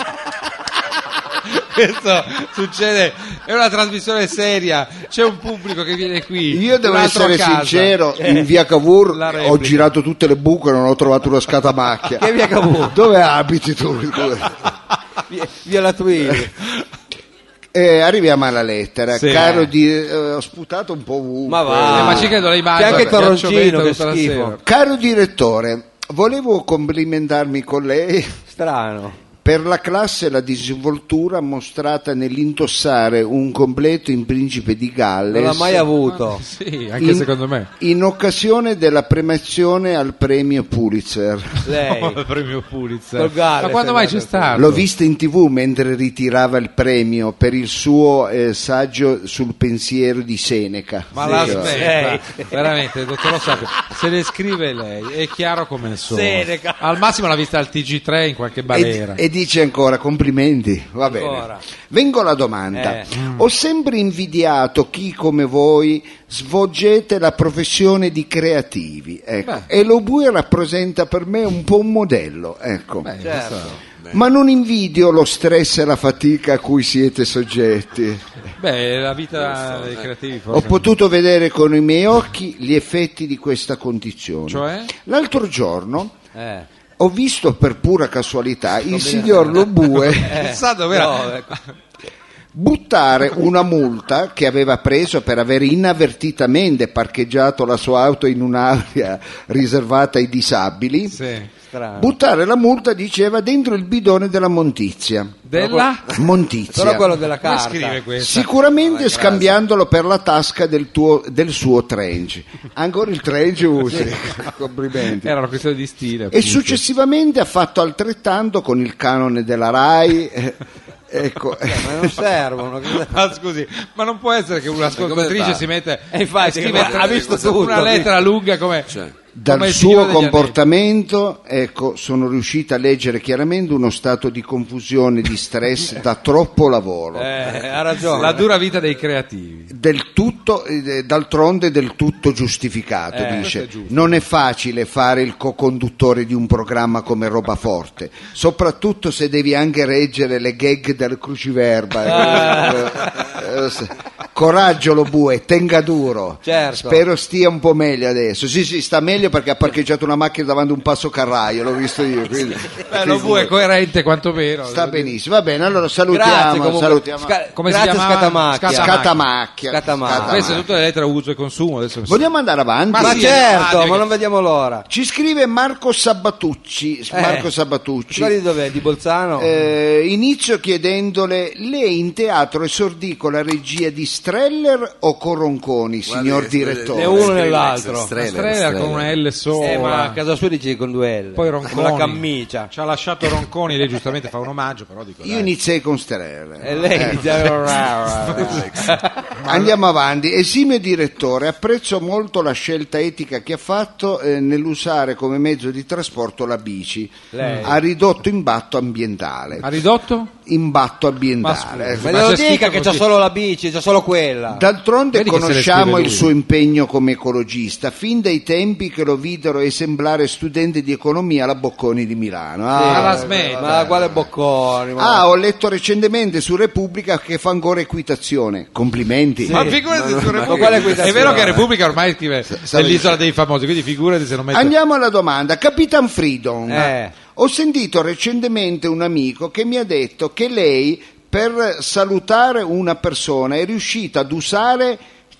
Questo succede, è una trasmissione seria, c'è un pubblico che viene qui. Io devo un altro essere a casa. sincero, in via Cavour La ho replica. girato tutte le buche e non ho trovato una Scatamacchia. Che via Cavour? Dove abiti tu? Via la Twilly. Arriviamo alla lettera. Sì. Caro ho sputato un po' ovunque. Ma va. Ma ci credo, lei C'è anche mangia Toroncino, che tutta la schifo. sera. Caro direttore, volevo complimentarmi con lei Strano. Per la classe la disinvoltura mostrata nell'indossare un completo in principe di Galles. Non l'ha mai avuto. Sì, anche secondo me. In occasione della premiazione al premio Pulitzer. Lei. Il premio Pulitzer. Col Galles, Ma quando mai c'è stato? L'ho vista in TV mentre ritirava il premio per il suo saggio sul pensiero di Seneca. Ma la Sì, smetta, veramente, dottor Lo Sapio, se le scrive lei, è chiaro come il sole. Seneca. Al massimo l'ha vista al TG3 in qualche balera. E dice ancora complimenti, va bene. Ancora. Vengo alla domanda. Ho sempre invidiato chi come voi svolgete la professione di creativi, ecco. E lo Bue rappresenta per me un po' un modello, ecco. Ma non invidio lo stress e la fatica a cui siete soggetti. Beh, la vita dei creativi Ho forse. potuto vedere con i miei occhi gli effetti di questa condizione. Cioè? L'altro giorno ho visto per pura casualità il signor Lo Bue Sa dov'era? No, ecco. buttare una multa che aveva preso per aver inavvertitamente parcheggiato la sua auto in un'area riservata ai disabili. Sì. Strano. Buttare la multa, diceva, dentro il bidone della Montizia. Della? Montizia. Però quello della Come carta. scrive questa? Sicuramente scambiandolo per la tasca del suo trench. Ancora il trench usi. Complimenti. Era una questione di stile. E appunto. successivamente ha fatto altrettanto con il canone della RAI. Ecco. Ma non servono. Ma scusi, ma non può essere che un'ascoltatrice come fa? si mette infatti, e scrive ha visto tutto, una lettera lunga come Dal come il suo Signore degli comportamento, ecco, sono riuscita a leggere chiaramente uno stato di confusione, di stress da troppo lavoro. Ha ragione. La dura vita dei creativi. Del tutto, d'altronde del tutto giustificato, Questo dice. è giusto. Non è facile fare il co-conduttore di un programma come Robaforte, soprattutto se devi anche reggere le gag del cruciverba. Coraggio Lo Bue, tenga duro. Certo. Spero stia un po' meglio adesso. Sì, sta meglio perché ha parcheggiato una macchina davanti a un passo carraio, l'ho visto io. Quindi, Lo Bue è coerente quantomeno. sta benissimo. Va bene, allora Grazie salutiamo. comunque. salutiamo. Come si Grazie chiamava? Scatamacchia. Scatamacchia. Scatamacchia. Queste sono tutte le lettere a uso e consumo. Adesso Vogliamo andare avanti? Ma sì, certo, perché- ma non vediamo l'ora. Ci scrive Marco Sabatucci. Marco Sabatucci. Guardi dov'è? Di Bolzano? Inizio chiedendole: lei in teatro esordì con la regia di Streller o con Ronconi, signor direttore? Né uno né l'altro. Strela con una L sola. Ma a casa sua dice con due L. Poi Ronconi. Come la cammicia. Ci ha lasciato Ronconi, lei giustamente fa un omaggio, però dico Io dai. iniziai con Streller. E lei Andiamo avanti. Esimio direttore, apprezzo molto la scelta etica che ha fatto nell'usare come mezzo di trasporto la bici. Lei. Ha ridotto impatto ambientale. Ha ridotto? Impatto Ma ambientale. scusi. Ma Ma glielo c'è dica scritto che così. c'ha solo la bici, c'ha solo quella. D'altronde Vedi che se le conosciamo scrive il lui. suo impegno come ecologista, fin dai tempi che lo videro esemplare studente di economia alla Bocconi di Milano. Ma la smetta. Ma quale bocconi? Ma... Ho letto recentemente su Repubblica che fa ancora equitazione. Complimenti. Ma figurati su Repubblica. quale equitazione? È vero che Repubblica ormai scrive nell'isola dei famosi, quindi figurati se non mette. Andiamo alla domanda. Capitan Freedom. Eh. Ho sentito recentemente un amico che mi ha detto che lei per salutare una persona è riuscita ad usare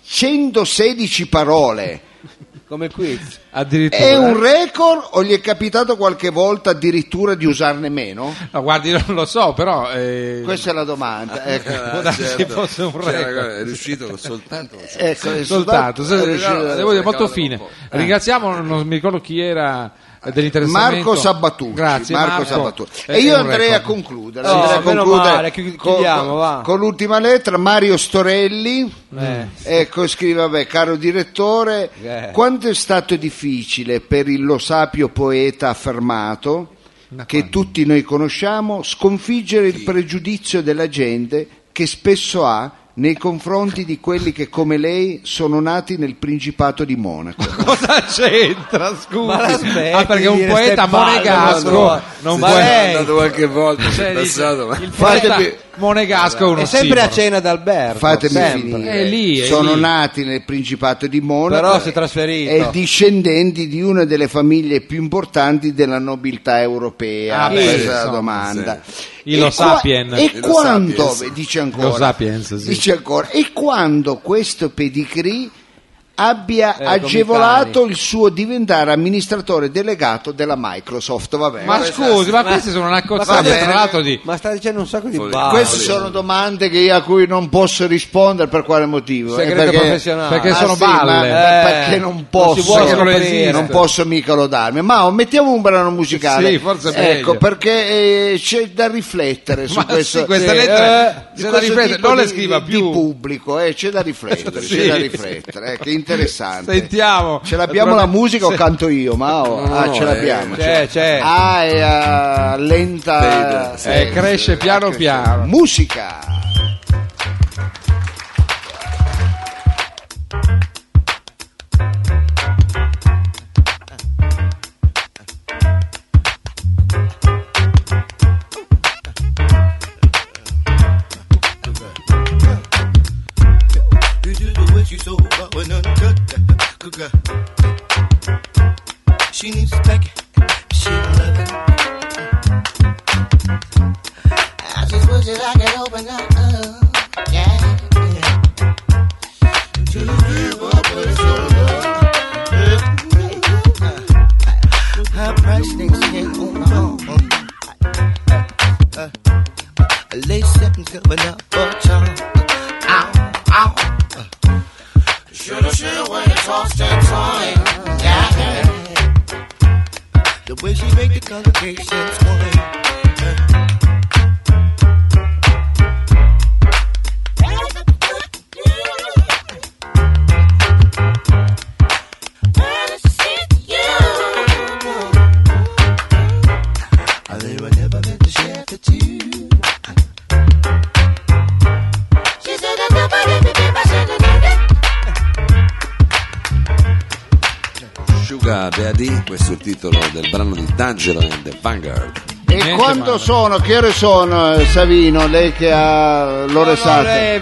116 parole. Come qui. Addirittura. È un record o gli è capitato qualche volta addirittura di usarne meno? No, guardi, non lo so, però. Questa è la domanda. Ecco. Può darsi che fosse un record. È riuscito soltanto. Ecco, è Soltanto, è riuscito- devo dire molto fine. Ringraziamo, non mi ricordo chi era dell'interessamento. Marco Sabatucci. Grazie, Marco Sabatucci. È E io un andrei a record. concludere. Oh, andrei a meno concludere male, chiudiamo, va. con l'ultima lettera. Mario Storelli. Ecco, scrive: vabbè, caro direttore, quanto è stato difficile per il Lo Sapio poeta affermato, che tutti noi conosciamo, sconfiggere il pregiudizio della gente che spesso ha nei confronti di quelli che come lei sono nati nel Principato di Monaco. Cosa c'entra, scusi? Ma l'aspetti perché un di dire poeta ste palle, monegasco no. non Ma può lei- È andato qualche volta Cioè, in passato, ma il poeta Fatemi- monegasco è uno È sempre a ossimoro. cena d'Alberto. Fatemi sempre. finire. È lì, è sono lì. nati nel Principato di Monaco, Però si è trasferito. e discendenti di una delle famiglie più importanti della nobiltà europea. Ah, beh, Questa è la insomma, domanda. I Lo Sapien. E I Lo quando, Sapiens. dice ancora, Lo Sapiens, sì. dice ancora, e quando questo pedigree abbia agevolato il suo diventare amministratore delegato della Microsoft. Vabbè, Ma scusi, ma queste sono una cozzaglia tra l'altro di... Ma sta dicendo un sacco di queste sono domande a cui non posso rispondere. Per quale motivo? Segreto professionale. Perché sono sì, balle. perché non posso, perché non esiste. non posso mica lodarmi. Ma mettiamo un brano musicale. Sì, forse è ecco, meglio. perché c'è da riflettere su Ma questo. sì, queste lettere di c'è da questo riflettere, tipo non le di- scriva di più. pubblico, c'è da riflettere, Sì. c'è da riflettere, che interessante. Sentiamo. Ce l'abbiamo la musica o canto io? Ma ce l'abbiamo. C'è. È lenta. Cresce piano piano. Musica. She needs to back it. She love it. I just wish that I could open up. Yeah. To the river, but it's so low. Her price things can't hold on. Lace settings coming up for charm. Ow, ow. Shoulda, when you tossed and twine. Yeah. The way she make the congregation swing. They were never meant to share the two. She said that nobody be Sugar Daddy, questo è il titolo del brano di D'Angelo and the Vanguard. E Niente quando male. sono? Che ore sono, Savino? Lei che ha l'ora esatta? Le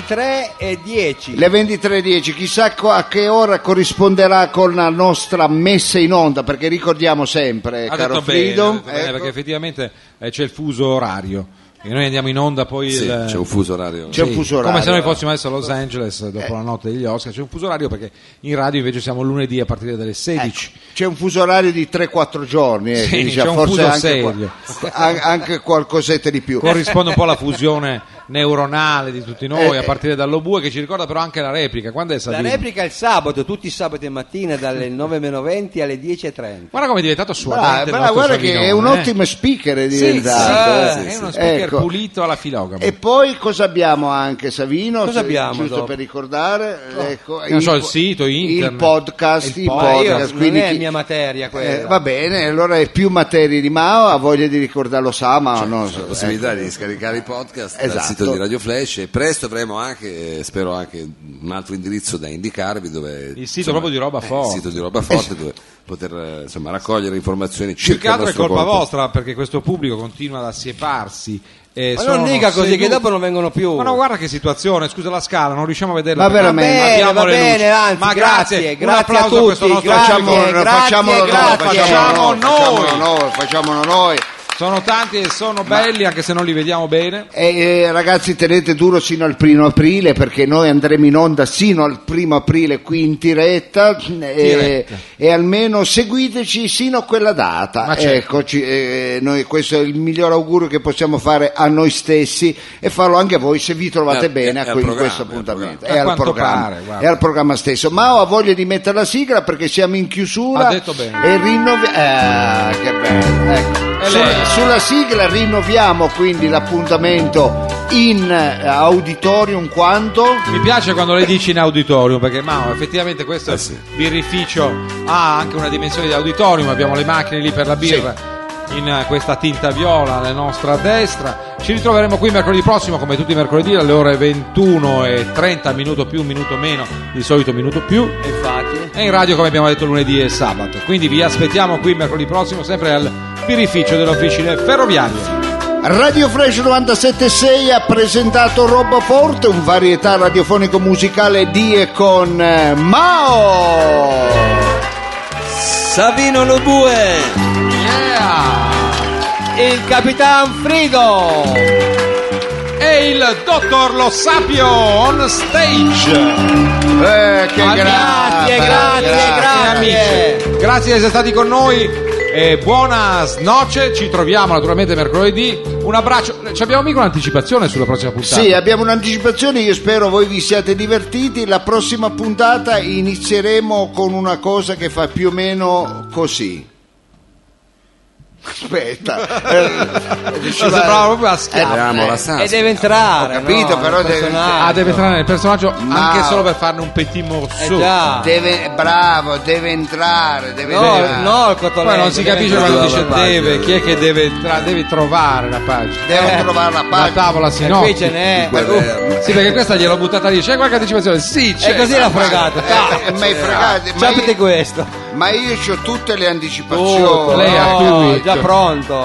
23:10. Le 23:10, chissà a che ora corrisponderà con la nostra messa in onda, perché ricordiamo sempre, Ha caro detto bene, Freedom, ha detto bene, ecco, perché effettivamente c'è il fuso orario. E noi andiamo in onda poi Sì, il... c'è un fuso orario. c'è un fuso orario. Come se noi fossimo adesso a Los Angeles dopo la notte degli Oscar. C'è un fuso orario perché in radio invece siamo lunedì a partire dalle 16. C'è un fuso orario di 3-4 giorni, Sì, quindi c'è un forse fuso anche, serio. anche qualcosetta di più. Corrisponde un po' alla fusione neuronale di tutti noi a partire dall'Obue, che ci ricorda però anche la replica. Quando è La Savino? replica è il sabato, tutti i sabati mattina dalle 9:20 alle 10:30. Guarda come è diventato suadente il nostro Guarda che Savinone, è un ottimo speaker, è Sì, diventato. è uno speaker Ecco. pulito alla filogamo. E poi cosa abbiamo anche, Savino? Cosa abbiamo Giusto dopo? per ricordare, ecco, Non so, il sito, internet. il podcast, Il i podcast, Non quindi è chi- mia materia quella. va bene, allora è più materie di Mao, ha voglia di ricordarlo, sa, ma non C'è so, la possibilità di scaricare i podcast Esatto. dal sito di Radio Flash e presto avremo anche, spero anche un altro indirizzo da indicarvi dove Il sito proprio di Roba Forte. il sito di Roba Forte dove poter insomma raccogliere informazioni Più che circa il altro è nostro colpa conto. vostra, perché questo pubblico continua ad assieparsi. Ma non dica così, che dopo non vengono più. Ma no, guarda che situazione, scusa la scala, non riusciamo a vederla. Ma veramente. Va bene, Abbiamo va le bene, luci. anzi, Ma grazie, un grazie applauso a questo tutti, nostro grazie, amico. facciamolo grazie. facciamolo noi. Sono tanti e sono belli, anche se non li vediamo bene. Ragazzi, tenete duro sino al 1° aprile, perché noi andremo in onda sino al 1° aprile qui in diretta, e almeno seguiteci sino a quella data. Ma certo. Eccoci, noi, questo è il miglior augurio che possiamo fare a noi stessi e farlo anche a voi se vi trovate bene è al in programma, questo è al appuntamento. programma. È A al quanto programma, pare, guarda. è al programma stesso. Mao ha voglia di mettere la sigla perché siamo in chiusura. Ha detto bene. E che bello. Ecco. E lei? Sulla sigla rinnoviamo quindi l'appuntamento in auditorium quando? Mi piace quando lei dice in auditorium, perché Mao, effettivamente questo sì. birrificio ha anche una dimensione di auditorium, abbiamo le macchine lì per la birra. In questa tinta viola alla nostra destra. Ci ritroveremo qui mercoledì prossimo, come tutti i mercoledì, alle ore 21:30, minuto più, minuto meno, di solito minuto più. Infatti. E in radio, come abbiamo detto, lunedì e sabato. Quindi vi aspettiamo qui mercoledì prossimo, sempre al birrificio delle officine ferroviarie. Radio Flash 97.6 ha presentato Roba Forte, un varietà radiofonico musicale di e con Mao. Savino Lobue. Il Capitan Frido. E il dottor Lo Sapio on stage. Che Grazie amici, grazie di essere stati con noi. Buona noce, ci troviamo naturalmente mercoledì. Un abbraccio. Ci abbiamo mica un'anticipazione sulla prossima puntata? Sì, abbiamo un'anticipazione, io spero voi vi siate divertiti. La prossima puntata inizieremo con una cosa che fa più o meno così. Aspetta, sembrava proprio a schiaffo. E deve entrare. Ho capito, no, però deve entrare nel personaggio, Ma- anche solo per farne un petit morceau. già. deve entrare. No, il cotolletto. Poi non si deve capisce entrare. quando dice deve, chi è che deve entrare, devi trovare la pagina. Devo trovare la La pagina. tavola E qui sinottica. ce n'è. Sì, perché questa gliel'ho buttata lì. C'è qualche anticipazione? Sì, c'è. E così l'ha fregato. Mi fregate, Sapete questo? ma io ho tutte le anticipazioni. lei ha No, tutto. già pronto.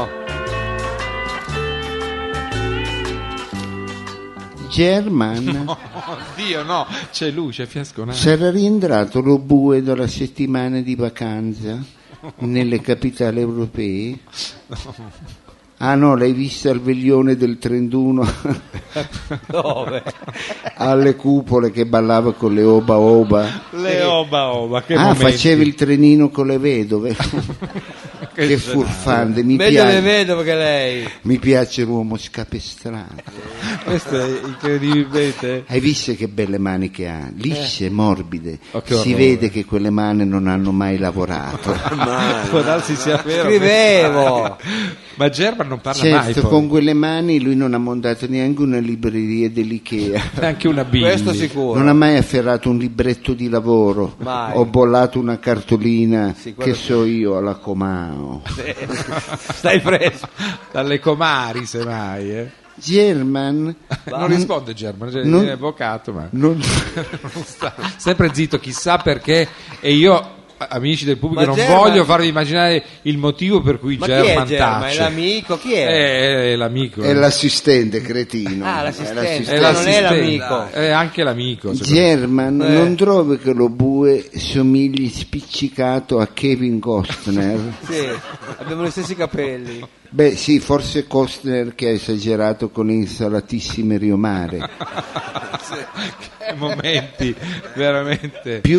German, Oddio, no, c'è luce, fiasconare. sarà rientrato lo bue dalla settimana di vacanza nelle capitali europee? Ah no, l'hai vista al veglione del 31 Dove? alle cupole che ballava con le oba oba? Le oba, che Ah, momenti. facevi il trenino con le vedove? Che furfante, Meglio le vedo perché lei. mi piace l'uomo scapestrato. Questo è incredibilmente. Hai visto che belle mani che ha? Lisce, morbide. Oh, che Si orrore. vede che quelle mani non hanno mai lavorato. Può darsi sia vero. Scrivevo. Ma German non parla mai. Certo, Poi. con quelle mani lui non ha montato neanche una libreria dell'Ikea. Anche una Bibbia. Questo sicuro. Non ha mai afferrato un libretto di lavoro. Mai. Ho bollato una cartolina, Sì, quello che so io, alla Comao. Stai preso. Dalle comari, semmai. German, Non risponde German, cioè, Non- è avvocato, ma non, non sta. Sempre zitto, chissà perché. E io, amici del pubblico, Ma non German- voglio farvi immaginare il motivo per cui Ma chi è German German? È tace. l'amico? Chi è? È l'amico. è l'assistente, cretino. Ah, l'assistente. È non è l'assistente. l'amico. È anche l'amico. secondo me. German, non trovi che lo bue somigli spiccicato a Kevin Costner? Sì, abbiamo gli stessi capelli. Beh sì, forse Costner che ha esagerato con le insalatissime riomare. Che momenti, veramente. Più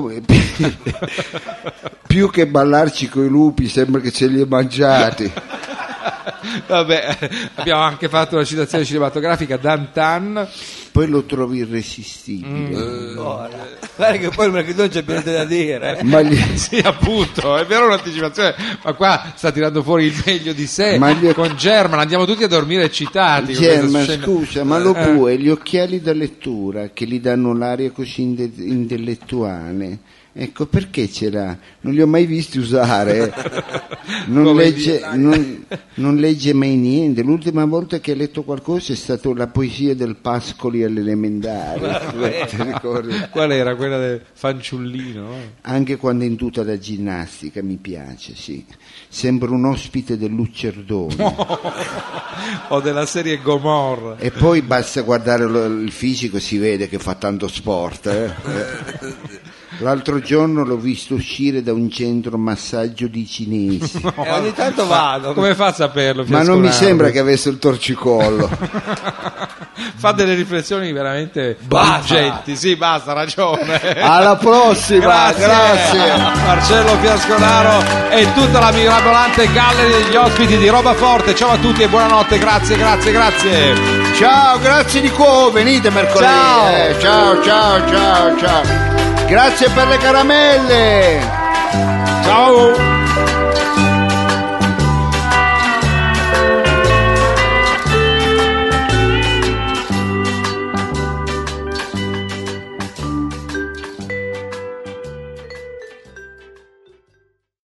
che ballarci coi lupi sembra che ce li hai mangiati. Vabbè, abbiamo anche fatto una citazione cinematografica, Dantan. Poi lo trovi irresistibile. Guarda che poi il mercato non c'è più niente da dire. Ma gli, Sì, appunto, è vero un'anticipazione, ma qua sta tirando fuori il meglio di sé. Ma gli- Con German andiamo tutti a dormire eccitati. con German, questa scena. scusa, ma lo bue, gli occhiali da lettura che gli danno l'aria così intellettuale, ecco perché ce l'ha? Non li ho mai visti usare. Non Come legge, non legge mai niente. L'ultima volta che ha letto qualcosa è stata la poesia del Pascoli all'elementare. Ti ricordi? Qual era? Quella del fanciullino? no? Anche quando è in tuta da ginnastica mi piace, sì. Sembra un ospite del Luccerdone. O della serie Gomorra. E poi basta guardare il fisico, si vede che fa tanto sport. L'altro giorno l'ho visto uscire da un centro massaggio di cinesi, E ogni tanto vado. Come fa a saperlo? ma non mi Fiasconaro? sembra che avesse il torcicollo. Fa delle riflessioni veramente urgenti. Sì, basta, ragione. Alla prossima, grazie. Marcello Fiasconaro e tutta la mirabolante gallery degli ospiti di Roba Forte. Ciao a tutti e buonanotte, grazie. Ciao, grazie di cuore, venite mercoledì. Ciao. Grazie per le caramelle. Ciao.